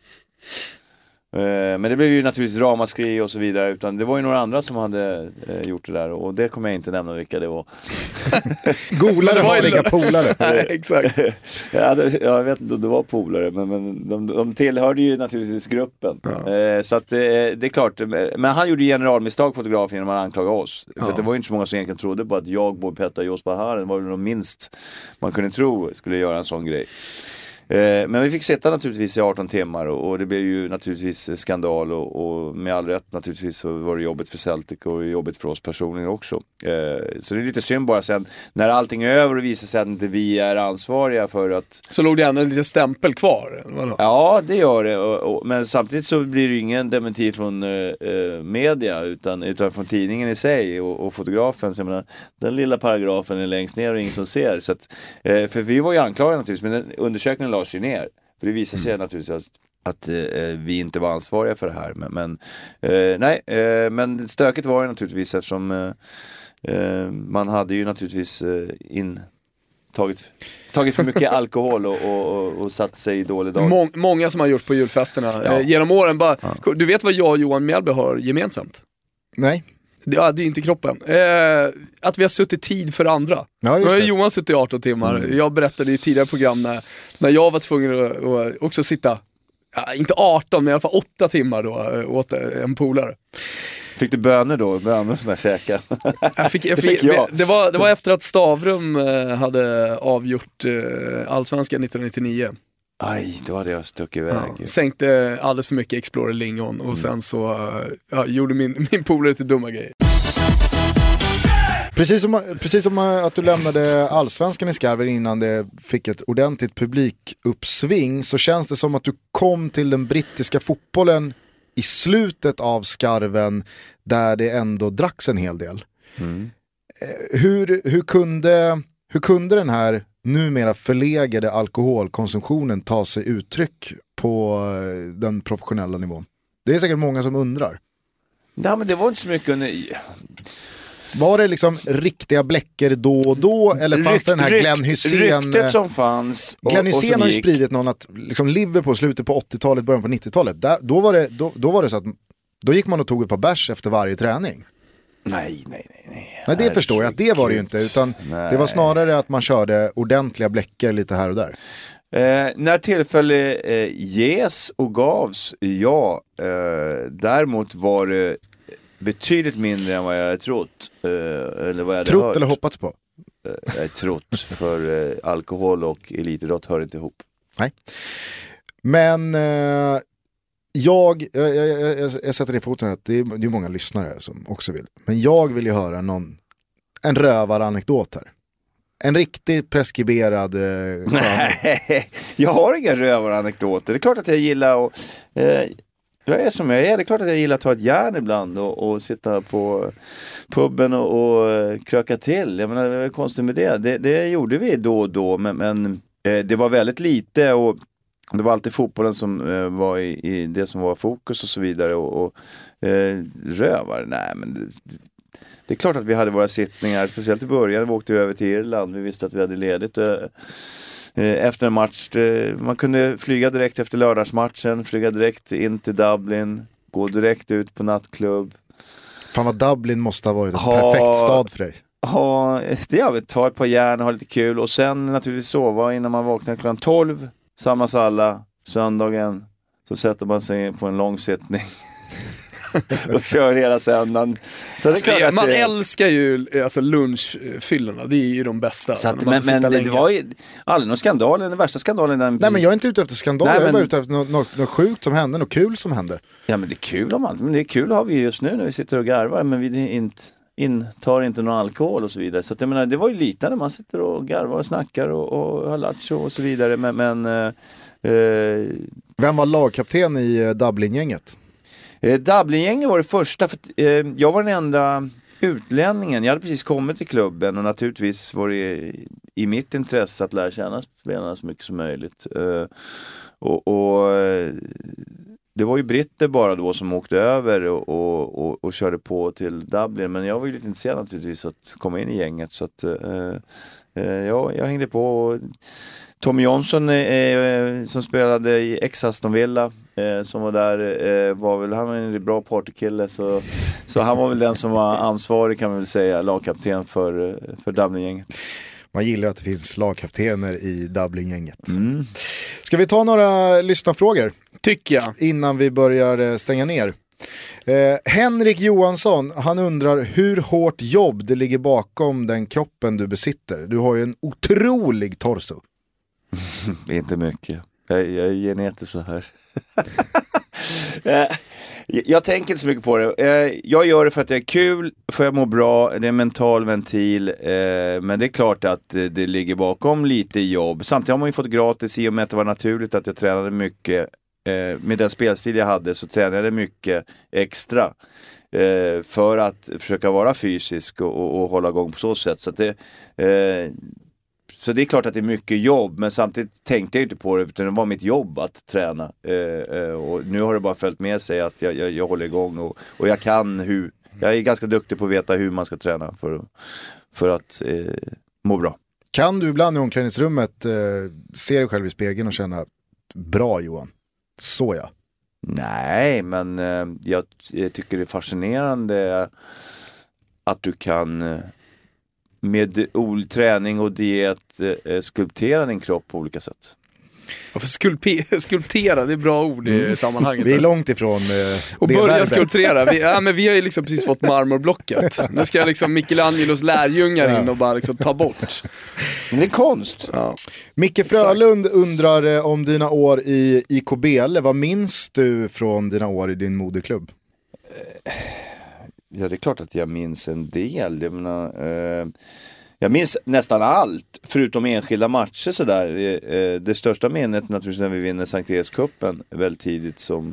Men det blev ju naturligtvis ramaskri och så vidare, utan det var ju några andra som hade eh, gjort det där, och det kommer jag inte nämna vilka det var. Golare har inga polare. Nej, exakt. Ja, det, jag vet inte om det var polare, men, men de, de tillhörde ju naturligtvis gruppen. Ja. Eh, så att eh, det är klart, men han gjorde generalmisstag, fotografen, genom att anklaga oss. Ja. För det var ju inte så många som egentligen trodde på att jag, Bob Petta och Jos Baharen var det nog minst man kunde tro skulle göra en sån grej. Men vi fick sitta naturligtvis i arton timmar och, och det blev ju naturligtvis skandal och, och med all rätt naturligtvis så var det jobbigt för Celtic och jobbigt för oss personligen också. Eh, så det är lite synd bara sen när allting är över och visar sig att inte vi är ansvariga för att... Så låg det ändå en liten stämpel kvar? Eller? Ja, det gör det. Och, och, men samtidigt så blir det ju ingen dementi från eh, media utan, utan från tidningen i sig och, och fotografen. Så jag menar, den lilla paragrafen är längst ner och ingen som ser. Så att, eh, för vi var ju anklagade naturligtvis, men den, undersökningen lades ju ner. För det visade sig mm. naturligtvis att, att eh, vi inte var ansvariga för det här. Men, men eh, nej, eh, men stöket var det naturligtvis eftersom eh, eh, man hade ju naturligtvis eh, in... Tagit, tagit för mycket alkohol och, och, och, och satt sig i dålig dag. Må, många som har gjort på julfesterna ja. eh, genom åren. Bara, ja. Du vet vad jag och Johan Mjällby har gemensamt? Nej. Ja, det är inte kroppen. Eh, att vi har suttit tid för andra. Ja, nu har Johan suttit i arton timmar. Mm. Jag berättade i tidigare program när, när jag var tvungen att, att också sitta, ja, inte arton men i alla fall åtta timmar då, åt en polare. Fick du bönor då? Bönor och sådana käka? Jag fick, jag fick, det, fick jag. Det, var, det var efter att Stavrum hade avgjort Allsvenskan nittonhundranittionio. Aj, det var det jag stuck iväg. Ja, sänkte alldeles för mycket Explorer Lingon och mm. sen så ja, gjorde min, min polare till dumma grejer. Precis som, precis som att du lämnade Allsvenskan i skarven innan det fick ett ordentligt publikuppsving, så känns det som att du kom till den brittiska fotbollen i slutet av skarven där det ändå dracks en hel del. Mm. Hur, hur, kunde, hur kunde den här numera förlegade alkoholkonsumtionen ta sig uttryck på den professionella nivån? Det är säkert många som undrar. Nej, men det var inte så mycket under... Var det liksom riktiga bläcker då och då, eller fanns det den här Glenn Hysén? Ryktet som fanns. Och, Glenn Hysén har ju spridit någon att liksom Liverpool slutet på åttiotalet, början på nittiotalet. Där, då, var det, då, då var det så att då gick man och tog ett par bärs efter varje träning. Nej, nej, nej, nej. Nej, det förstår jag att det var det ju inte, utan nej. Det var snarare att man körde ordentliga bläcker lite här och där. Eh, när tillfälle eh, ges och gavs, ja. Eh, däremot var det betydligt mindre än vad jag hade trott. Eh, eller vad jag hade trott hört. eller hoppats på? Eh, jag hade trott, för eh, alkohol och elitidrott hör inte ihop. Nej. Men... Eh... Jag, jag, jag, jag, jag sätter det i foten att det är, det är många lyssnare som också vill. Men jag vill ju höra någon, en rövaranekdot här. En riktigt preskriberad... Eh, Nej, jag har inga rövaranekdoter. Det är klart att jag gillar att... Eh, jag är som jag är. Det är klart att jag gillar att ta ett järn ibland och, och sitta på puben och, och kröka till. Jag menar, det är konstigt med det. Det, det gjorde vi då och då, men, men eh, det var väldigt lite och... Det var alltid fotbollen som eh, var i, i det som var fokus och så vidare. Och, och eh, rövar, nej men det, det är klart att vi hade våra sittningar. Speciellt i början, vi åkte över till Irland. Vi visste att vi hade ledigt eh, efter en match. Eh, man kunde flyga direkt efter lördagsmatchen. Flyga direkt in till Dublin. Gå direkt ut på nattklubb. Fan vad Dublin måste ha varit en ha, perfekt stad för dig. Ja, det har vi. Ta ett par järn och ha lite kul. Och sen naturligtvis sova innan man vaknar klockan tolv. Samlas alla, söndagen så sätter man sig på en lång sittning och kör hela söndagen. Så det är alltså, man det... älskar ju alltså lunchfyllorna, det är ju de bästa. Så att, men men det var ju aldrig någon skandal, den värsta skandalen. Den... Nej, men jag är inte ute efter skandal, Nej, men... jag är bara ute efter något, något, något sjukt som hände, något kul som hände. Ja, men det är kul om allt, men det är kul har vi just nu när vi sitter och garvar, men vi är inte... intar inte någon alkohol och så vidare. Så att jag menar, det var ju lite när man sitter och garvar och snackar och, och har lattjo och så vidare. Men, men eh, vem var lagkapten i Dublin-gänget? Eh, Dublin-gänget var det första. För, eh, jag var den enda utlänningen. Jag hade precis kommit till klubben och naturligtvis var det i mitt intresse att lära känna spelarna så mycket som möjligt. Uh, och, och det var ju britter bara då som åkte över och, och, och, och körde på till Dublin. Men jag var ju lite intresserad naturligtvis att komma in i gänget. Så att uh, uh, ja, jag hängde på. Och Tommy Johnson eh, som spelade i ex-Aston Villa eh, som var där eh, var väl, han var en bra partykille så, så han var väl den som var ansvarig kan man väl säga, lagkapten för, för Dublin-gänget. Man gillar att det finns lagkaptener i Dublin-gänget. Mm. Ska vi ta några lyssnarfrågor? Tycker jag. Innan vi börjar stänga ner. Eh, Henrik Johansson, han undrar hur hårt jobb det ligger bakom den kroppen du besitter. Du har ju en otrolig torso. Det är inte mycket. Jag, jag är genetiskt så här. Jag tänker inte så mycket på det. Jag gör det för att det är kul, för jag mår bra, det är en mental ventil. Men det är klart att det ligger bakom lite jobb. Samtidigt har man ju fått gratis i och med att det var naturligt att jag tränade mycket. Med den spelstil jag hade så tränade jag mycket extra. För att försöka vara fysisk och, och, och hålla igång på så sätt. Så att det... Så det är klart att det är mycket jobb, men samtidigt tänkte jag inte på det, utan det var mitt jobb att träna. Eh, eh, och nu har det bara följt med sig att jag, jag, jag håller igång och, och jag kan hur, jag är ganska duktig på att veta hur man ska träna för, för att eh, må bra. Kan du ibland i omklädningsrummet eh, se dig själv i spegeln och känna bra Johan? Så ja. Nej, men eh, jag, jag tycker det är fascinerande att du kan... Eh, med träning och diet eh, skulptera din kropp på olika sätt. Ja, för skulpe- skulptera, det är bra ord i mm. sammanhanget. Vi är långt ifrån eh, och börja verbet. Skulptera. Vi, ja, men vi har ju liksom precis fått marmorblocket. Nu ska liksom Michelangelos lärjungar ja. in och bara liksom ta bort. Men det är konst. Ja. Micke Frölund Exakt. undrar eh, om dina år i I K B L. Vad minns du från dina år i din moderklubb? Ja, det är klart att jag minns en del. Jag, menar, eh, jag minns nästan allt, förutom enskilda matcher sådär. Eh, det största minnet naturligtvis när vi vinner Sankt Erikscupen väldigt tidigt som...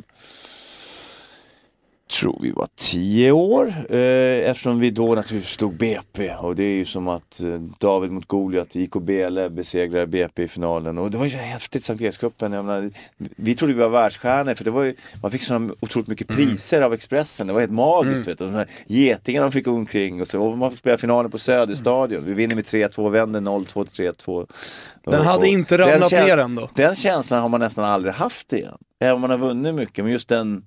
tror vi var tio år eh, eftersom vi då naturligtvis stod B P och det är ju som att eh, David mot Goliat I K B L besegrar B P i finalen och det var ju så häftigt Sankt Erikscupen. Jag menar, vi trodde vi var världsstjärnor för det var ju, man fick sådana otroligt mycket priser mm. av Expressen, det var helt magiskt mm. vet du, och de här getingarna de fick omkring och så och man fick spela finalen på Söderstadion, vi vinner med tre två, vänder noll två till tre två. Den och, hade och inte ramlat käns- ner ändå. Den känslan har man nästan aldrig haft igen, även om man har vunnit mycket, men just den.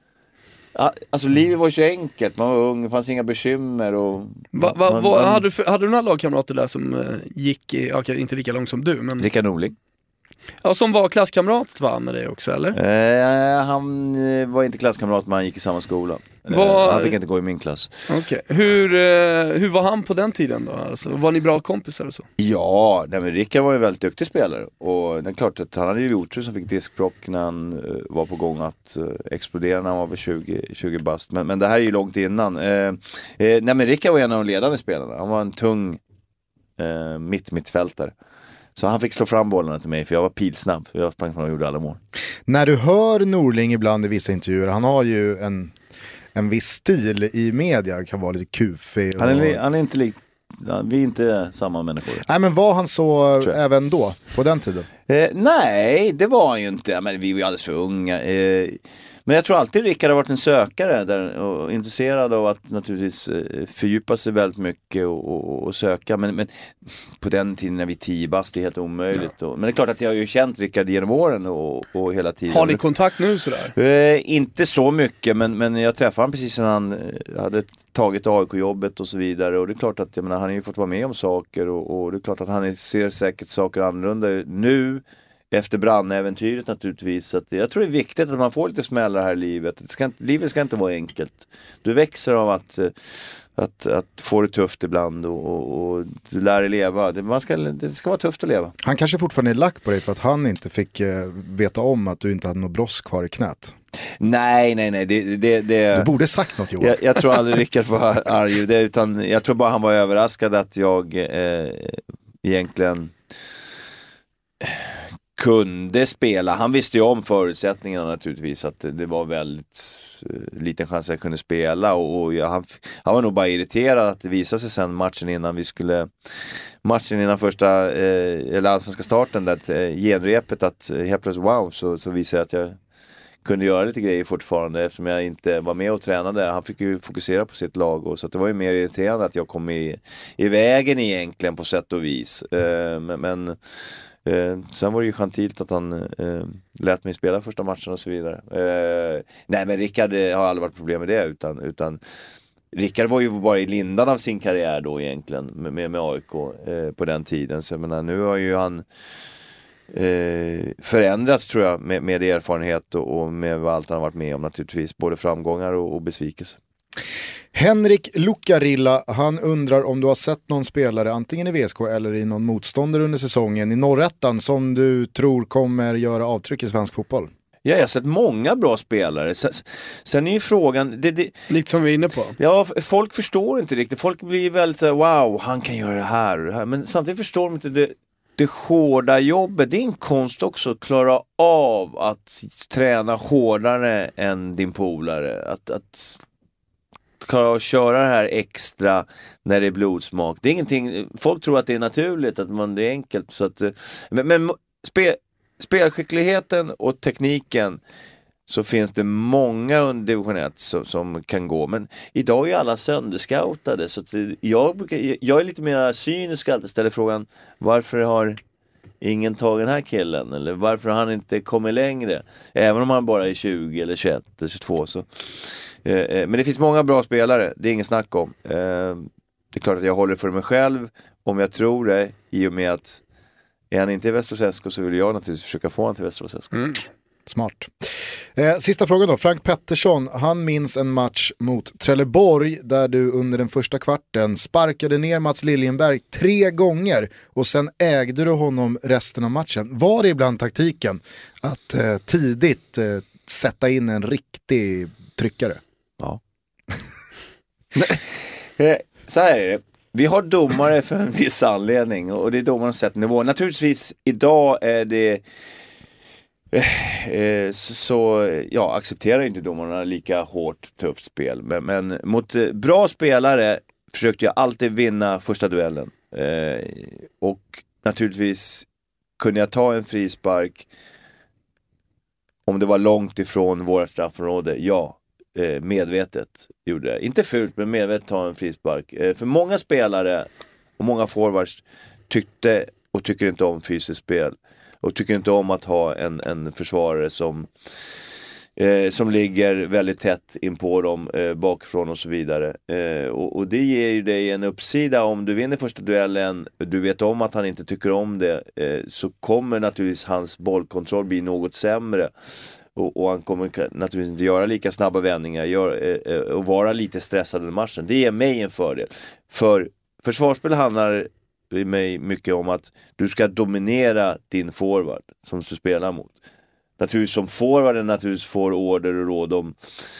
Alltså livet var ju så enkelt, man var ung, det fanns inga bekymmer och va, va, man, va, man... hade, du, hade du några lagkamrater där som uh, gick, i, okay, inte lika långt som du men... Rickard Norling. Ja, som var klasskamrat va, med dig också, eller? Eh, han eh, var inte klasskamrat, men han gick i samma skola. Var... Eh, han fick inte gå i min klass. Okej, okay. hur, eh, hur var han på den tiden då? Alltså, var ni bra kompisar och så? Ja, nej, men Rickard var ju en väldigt duktig spelare. Och det är klart att han hade ju otur som fick diskbråck när han eh, var på gång att eh, explodera när han var över tjugo, tjugo bast. Men, men det här är ju långt innan. Eh, eh, nej men Rickard var en av de ledande spelarna. Han var en tung eh, mitt mittfältare. Så han fick slå fram bollarna till mig för jag var pilsnabb. Jag sprang fram och gjorde alla mål. När du hör Norling ibland i vissa intervjuer, han har ju en, en viss stil i media, kan vara lite kufig. Och... Han, är, han är inte lik... Ja, vi är inte samma människor. Nej, men var han så även då, på den tiden? Eh, nej, det var han ju inte. Men vi var ju alldeles för unga. Eh, men jag tror alltid Rickard har varit en sökare där, och intresserad av att naturligtvis eh, fördjupa sig väldigt mycket och, och, och söka. Men, men på den tiden när vi tio bast, det är helt omöjligt. Ja. Och, men det är klart att jag har ju känt Rickard genom åren och, och hela tiden. Har ni kontakt nu sådär? Eh, inte så mycket, men, men jag träffade honom precis när han eh, hade tagit A I K-jobbet och så vidare. Och det är klart att jag menar, han har ju fått vara med om saker och, och det är klart att han ser säkert saker annorlunda nu efter brandäventyret naturligtvis. Så att jag tror det är viktigt att man får lite smällar här i livet. Det ska inte, livet ska inte vara enkelt. Du växer av att, att, att få det tufft ibland och, och, och du lär dig leva. Det, man ska, det ska vara tufft att leva. Han kanske fortfarande är lack på dig för att han inte fick eh, veta om att du inte hade något brosk kvar i knät. Nej, nej, nej. Det, det, det, du borde sagt något, Johan. Jag, jag tror aldrig Rickard var arg. Det, utan jag tror bara han var överraskad att jag eh, egentligen kunde spela. Han visste ju om förutsättningarna naturligtvis, att det var väldigt uh, liten chans att jag kunde spela, och, och ja, han, han var nog bara irriterad att det visade sig sen matchen innan vi skulle matchen innan första eh, allsvenska starten, där eh, genrepet, att eh, helt plötsligt wow, så, så visade jag att jag kunde göra lite grejer fortfarande eftersom jag inte var med och tränade. Han fick ju fokusera på sitt lag, och så att det var ju mer irriterande att jag kom i, i vägen egentligen på sätt och vis. Eh, men men eh, sen var det ju gentilt att han eh, lät mig spela första matchen och så vidare. Eh, nej men Rickard har aldrig varit problem med det, utan, utan Rickard var ju bara i lindan av sin karriär då egentligen med, med, med A I K eh, på den tiden. Så jag menar, nu har ju han Eh, förändrats tror jag med, med erfarenhet och, och med vad allt han har varit med om naturligtvis, både framgångar och, och besvikelse. Henrik Lucarilla, han undrar om du har sett någon spelare antingen i V S K eller i någon motståndare under säsongen i Norrettan som du tror kommer göra avtryck i svensk fotboll? Ja, jag har sett många bra spelare. Sen, sen är ju frågan... Det, det, lite som vi är inne på. Ja, folk förstår inte riktigt. Folk blir väldigt så här, wow, han kan göra det här och det här. Men samtidigt förstår de inte det. Det hårda jobbet, det är en konst också att klara av att träna hårdare än din polare. Att, att klara av att köra det här extra när det är blodsmak. Det är ingenting, folk tror att det är naturligt, att man, det är enkelt. Så att, men men spe, spelskickligheten och tekniken, så finns det många under division ett som, som kan gå. Men idag är alla sönderscoutade. Så att jag, brukar, jag är lite mer cynisk alltid, ställer frågan, varför har ingen tagit den här killen? Eller varför har han inte kommit längre? Även om han bara är tjugo eller tjugoett eller tjugotvå. Så. Eh, men det finns många bra spelare, det är ingen snack om. Eh, det är klart att jag håller för mig själv om jag tror det, i och med att är han inte i Västerås S K så vill jag naturligtvis försöka få han till Västerås S K. Mm. Smart. Eh, sista frågan då. Frank Pettersson, han minns en match mot Trelleborg där du under den första kvarten sparkade ner Mats Liljenberg tre gånger och sen ägde du honom resten av matchen. Var det ibland taktiken att eh, tidigt eh, sätta in en riktig tryckare? Ja. Så här är det. Vi har domare för en viss anledning, och det är domaren som sätter nivå. Naturligtvis idag är det Eh, så, så ja, accepterar inte domarna lika hårt tufft spel, men, men mot eh, bra spelare försökte jag alltid vinna första duellen, eh, och naturligtvis kunde jag ta en frispark om det var långt ifrån vårt straffområde. Ja, eh, medvetet gjorde det, inte fult men medvetet ta en frispark, eh, för många spelare och många forwards tyckte och tycker inte om fysiskt spel. Och tycker inte om att ha en, en försvarare som, eh, som ligger väldigt tätt in på dem eh, bakifrån och så vidare. Eh, och, och det ger ju dig en uppsida om du vinner första duellen. Du vet om att han inte tycker om det. Eh, så kommer naturligtvis hans bollkontroll bli något sämre. Och, och han kommer naturligtvis inte göra lika snabba vändningar gör, eh, och vara lite stressad i matchen. Det ger mig en fördel. För försvarsspel handlar i mig mycket om att du ska dominera din forward som du spelar mot. Naturligtvis som forwarden naturligtvis får order och råd om,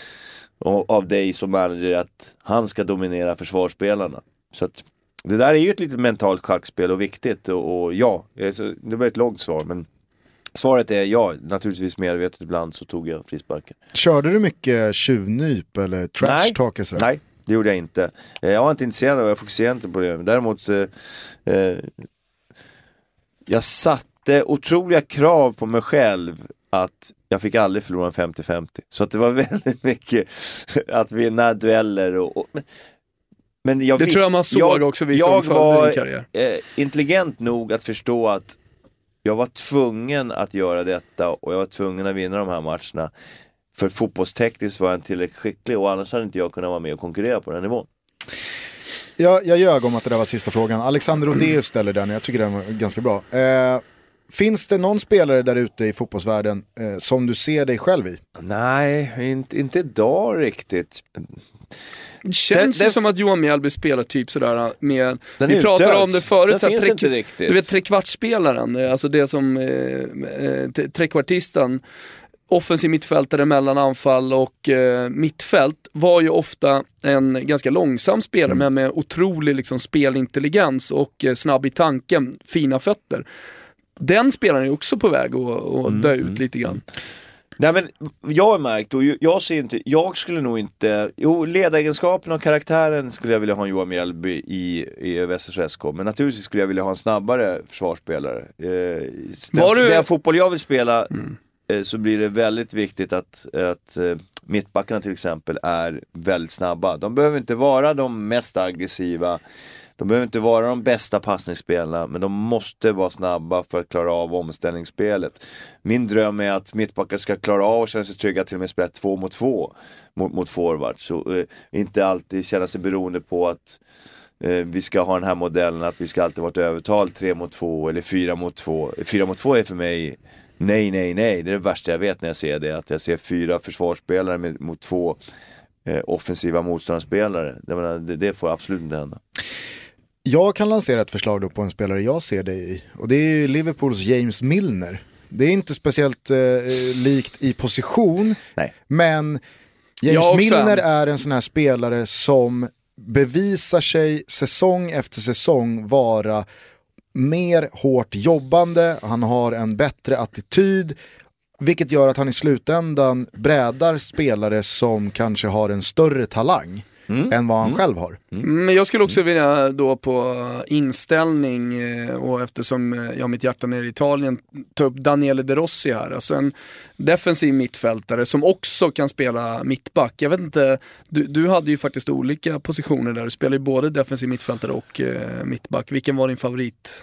av dig som manager att han ska dominera försvarsspelarna. Så att det där är ju ett litet mentalt schackspel och viktigt, och, och ja, det var ett långt svar, men svaret är ja, naturligtvis medvetet ibland så tog jag frisparken. Körde du mycket tjuvnyp eller trash talk? Nej, nej. Det gjorde jag inte. Jag var inte intresserad av, jag fokuserade inte på det. Däremot så, eh, jag satte otroliga krav på mig själv att jag fick aldrig förlora en femtio femtio. Så att det var väldigt mycket att vinna dueller. Och, och, men jag det visst, tror jag man såg jag, också vi jag som var din karriär. Eh, intelligent nog att förstå att jag var tvungen att göra detta och jag var tvungen att vinna de här matcherna. För fotbollstekniskt var jag tillräckligt skicklig, och annars hade inte jag kunnat vara med och konkurrera på den nivån. Ja, jag ljög om att det där var sista frågan. Alexander Odeus ställer den, jag tycker den var ganska bra. Eh, finns det någon spelare där ute i fotbollsvärlden eh, som du ser dig själv i? Nej, inte, inte idag riktigt. Det känns det, det, som att Johan Mjällby spelar typ sådär med, vi pratade döds. om det förut, det så finns tre, inte riktigt. Du vet trekvartsspelaren, alltså det som eh, trekvartisten, offensiv mittfältare mellan anfall och eh, mittfält, var ju ofta en ganska långsam spelare, mm. men med otrolig liksom, spelintelligens och eh, snabb i tanken, fina fötter. den spelaren är också på väg att, att Mm, dö ut mm. lite grann. Nej, men jag har märkt, och jag ser inte, jag skulle nog inte, jo, ledaregenskapen och karaktären skulle jag vilja ha en Johan Mjällby i, i Västerås S K, men naturligtvis skulle jag vilja ha en snabbare försvarsspelare. Eh, den, du... den fotboll jag vill spela, mm. eh, så blir det väldigt viktigt att, att eh, mittbackarna till exempel är väldigt snabba. De behöver inte vara de mest aggressiva, de behöver inte vara de bästa passningsspelarna, men de måste vara snabba för att klara av omställningsspelet. Min dröm är att mittbackar ska klara av och känna sig trygga till och med spela två mot två mot, mot forward. Så eh, inte alltid känna sig beroende på att eh, vi ska ha den här modellen, att vi ska alltid vara ett övertal tre mot två eller fyra mot två. fyra mot två är för mig nej, nej, nej. Det är det värsta jag vet när jag ser det. Att jag ser fyra försvarsspelare med, mot två eh, offensiva motståndarspelare. Det, menar, det, det får absolut inte hända. Jag kan lansera ett förslag då på en spelare jag ser dig i. Och det är Liverpools James Milner. Det är inte speciellt eh, likt i position. Nej. Men James Milner är en sån här spelare som bevisar sig säsong efter säsong vara mer hårt jobbande. Han har en bättre attityd. Vilket gör att han i slutändan brädar spelare som kanske har en större talang. Mm. än vad han mm. själv har. Mm. Men jag skulle också vilja då på inställning, och eftersom jag har mitt hjärta nere i Italien, ta upp Daniele De Rossi här. Alltså en defensiv mittfältare som också kan spela mittback. Jag vet inte, du, du hade ju faktiskt olika positioner där. Du spelade ju både defensiv mittfältare och eh, mittback. Vilken var din favorit?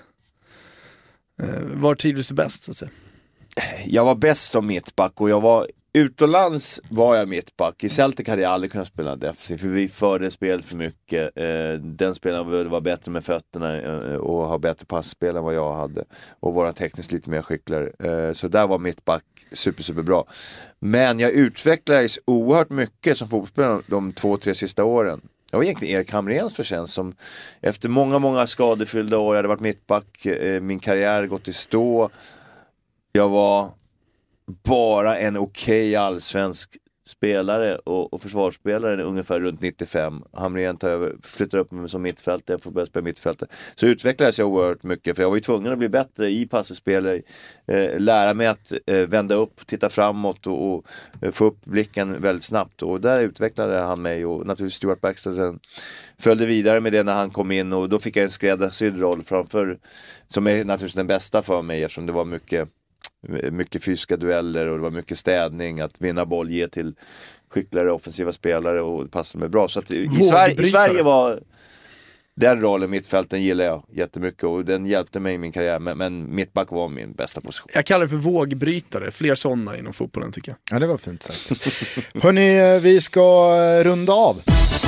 Eh, var trivdes du bäst så att säga? Jag var bäst som mittback, och jag var utomlands var jag mittback. I Celtic hade jag aldrig kunnat spela defensiv, för vi förde spelet för mycket. Den spelaren var bättre med fötterna och har bättre passspel än vad jag hade, och våra tekniskt lite mer skickligare. Så där var mittback super, super bra. Men jag utvecklades oerhört mycket som fotbollsspelare de två, tre sista åren. Jag var egentligen Erik Hamréns förtjänst, som efter många, många skadefyllda år, jag hade varit mittback, min karriär gått i stå. Jag var bara en okej allsvensk spelare och, och försvarsspelare ungefär runt nittiofem. Hamrén tar över, flyttar upp mig som mittfältare, jag får börja spela mittfältare. Så utvecklades jag oerhört mycket, för jag var ju tvungen att bli bättre i passspel, eh, lära mig att eh, vända upp, titta framåt och, och eh, få upp blicken väldigt snabbt. Och där utvecklade han mig, och naturligtvis Stuart Baxter sen följde vidare med det när han kom in, och då fick jag en skräddarsydd roll framför, som är naturligtvis den bästa för mig, eftersom det var mycket mycket fysiska dueller och det var mycket städning, att vinna boll, ge till skickligare offensiva spelare, och det passade mig bra. Så att i, Sverige, i Sverige var den rollen, mittfälten gillar jag jättemycket, och den hjälpte mig i min karriär, men, men mittback var min bästa position. Jag kallar det för vågbrytare, fler sådana inom fotbollen tycker jag. Ja, det var fint sagt. Hörrni, vi ska runda av.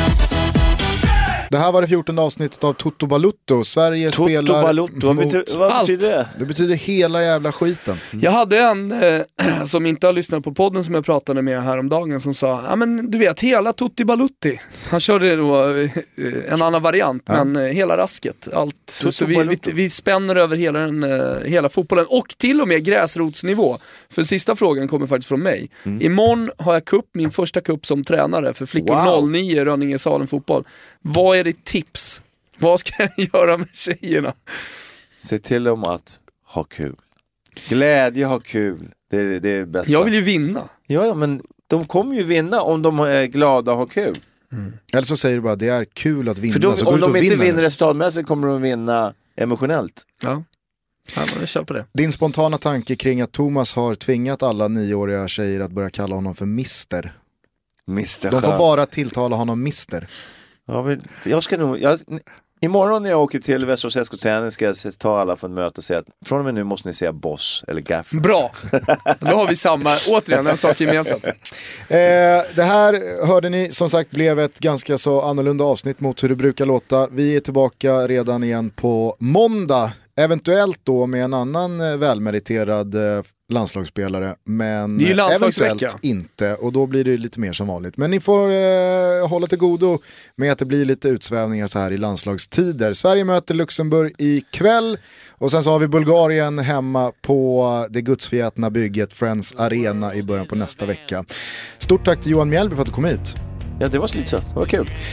Det här var det fjortonde avsnittet av Toto Balutto. Sverige Toto spelar Balutto. Vad, betyder, vad betyder det? Det betyder hela jävla skiten. Mm. Jag hade en eh, som inte har lyssnat på podden, som jag pratade med häromdagen, som sa, ja men du vet, hela Tutti Balutti. Han körde då eh, en annan variant, ja. men eh, hela rasket. Allt. Så vi, vi, vi spänner över hela, den, eh, hela fotbollen, och till och med gräsrotsnivå. För sista frågan kommer faktiskt från mig. Mm. Imorgon har jag kupp, min första kupp som tränare för flickor wow. noll nio Rönningesalen fotboll. Vad är ditt tips? Vad ska jag göra med tjejerna? Se till dem att ha kul. Glädje, ha kul. Det är det är bästa. Jag vill ju vinna. Ja, ja, men de kommer ju vinna om de är glada och har kul. Mm. Eller så säger du bara, det är kul att vinna. För då, så om de inte vinner vinner resultatmässigt kommer de vinna emotionellt. Ja. Ja, men jag kör på det. Din spontana tanke kring att Thomas har tvingat alla nioåriga tjejer att börja kalla honom för mister. Mister De får bara tilltala honom mister. Ja, men jag ska nog... Jag, imorgon när jag åker till Västerås S K-träning ska jag ta alla för ett möte och säga att från och med nu måste ni säga boss eller gaff. Bra! Då har vi samma, återigen, en sak gemensamt. Eh, det här, hörde ni, som sagt blev ett ganska så annorlunda avsnitt mot hur det brukar låta. Vi är tillbaka redan igen på måndag. Eventuellt då med en annan välmeriterad landslagsspelare, men det är ju eventuellt inte, och då blir det lite mer som vanligt. Men ni får eh, hålla till godo med att det blir lite utsvävningar så här i landslagstider. Sverige möter Luxemburg ikväll, och sen så har vi Bulgarien hemma på det gudsförgätna bygget Friends Arena i början på nästa vecka. Stort tack till Johan Mjällby för att du kom hit. Ja, det var slitsamt, det var kul.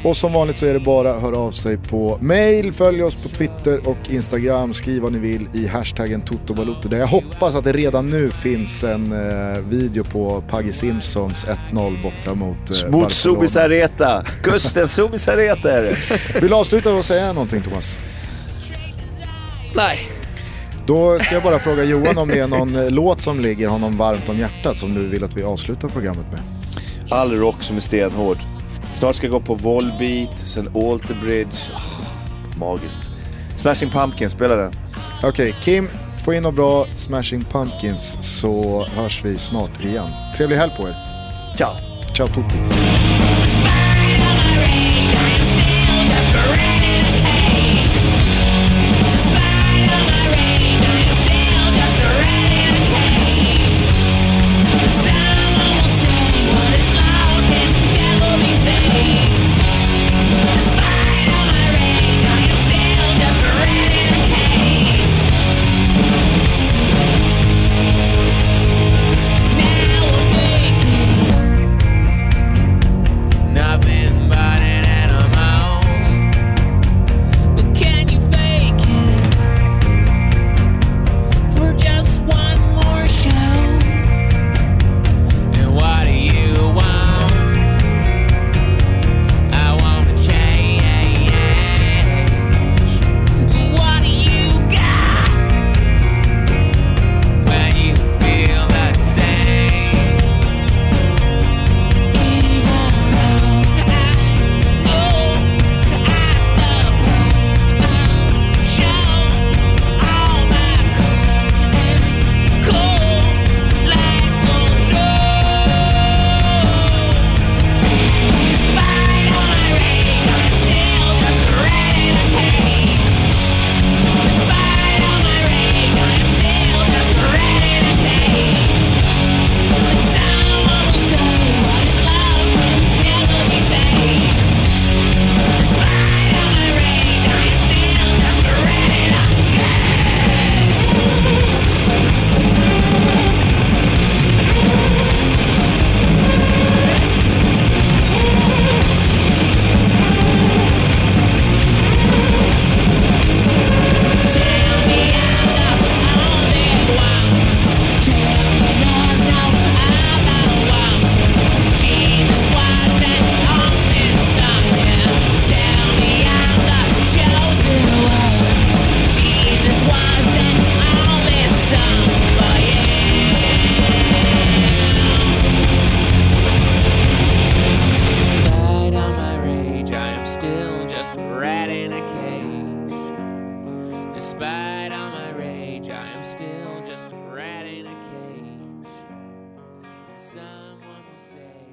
Och som vanligt så är det bara att höra av sig på mail, följ oss på Twitter och Instagram, skriv vad ni vill i hashtaggen Toto Balotto, där jag hoppas att det redan nu finns en eh, video på Pagge Simpsons ett noll borta mot eh, mot Zubizarreta, Gusten Zubizarreta är det. Vill du avsluta och säga någonting, Thomas? Nej. Då ska jag bara fråga Johan om det är någon låt som ligger honom varmt om hjärtat som du vill att vi avslutar programmet med. All rock som är stenhård. Snart ska jag gå på Volbeat, sen Alter Bridge. Oh, magiskt. Smashing Pumpkins, spela den. Okej, okay, Kim, få in något bra Smashing Pumpkins så hörs vi snart igen. Trevlig helg på er. Ciao. Ciao tutti. Despite all my rage, I am still just a rat in a cage. And someone will say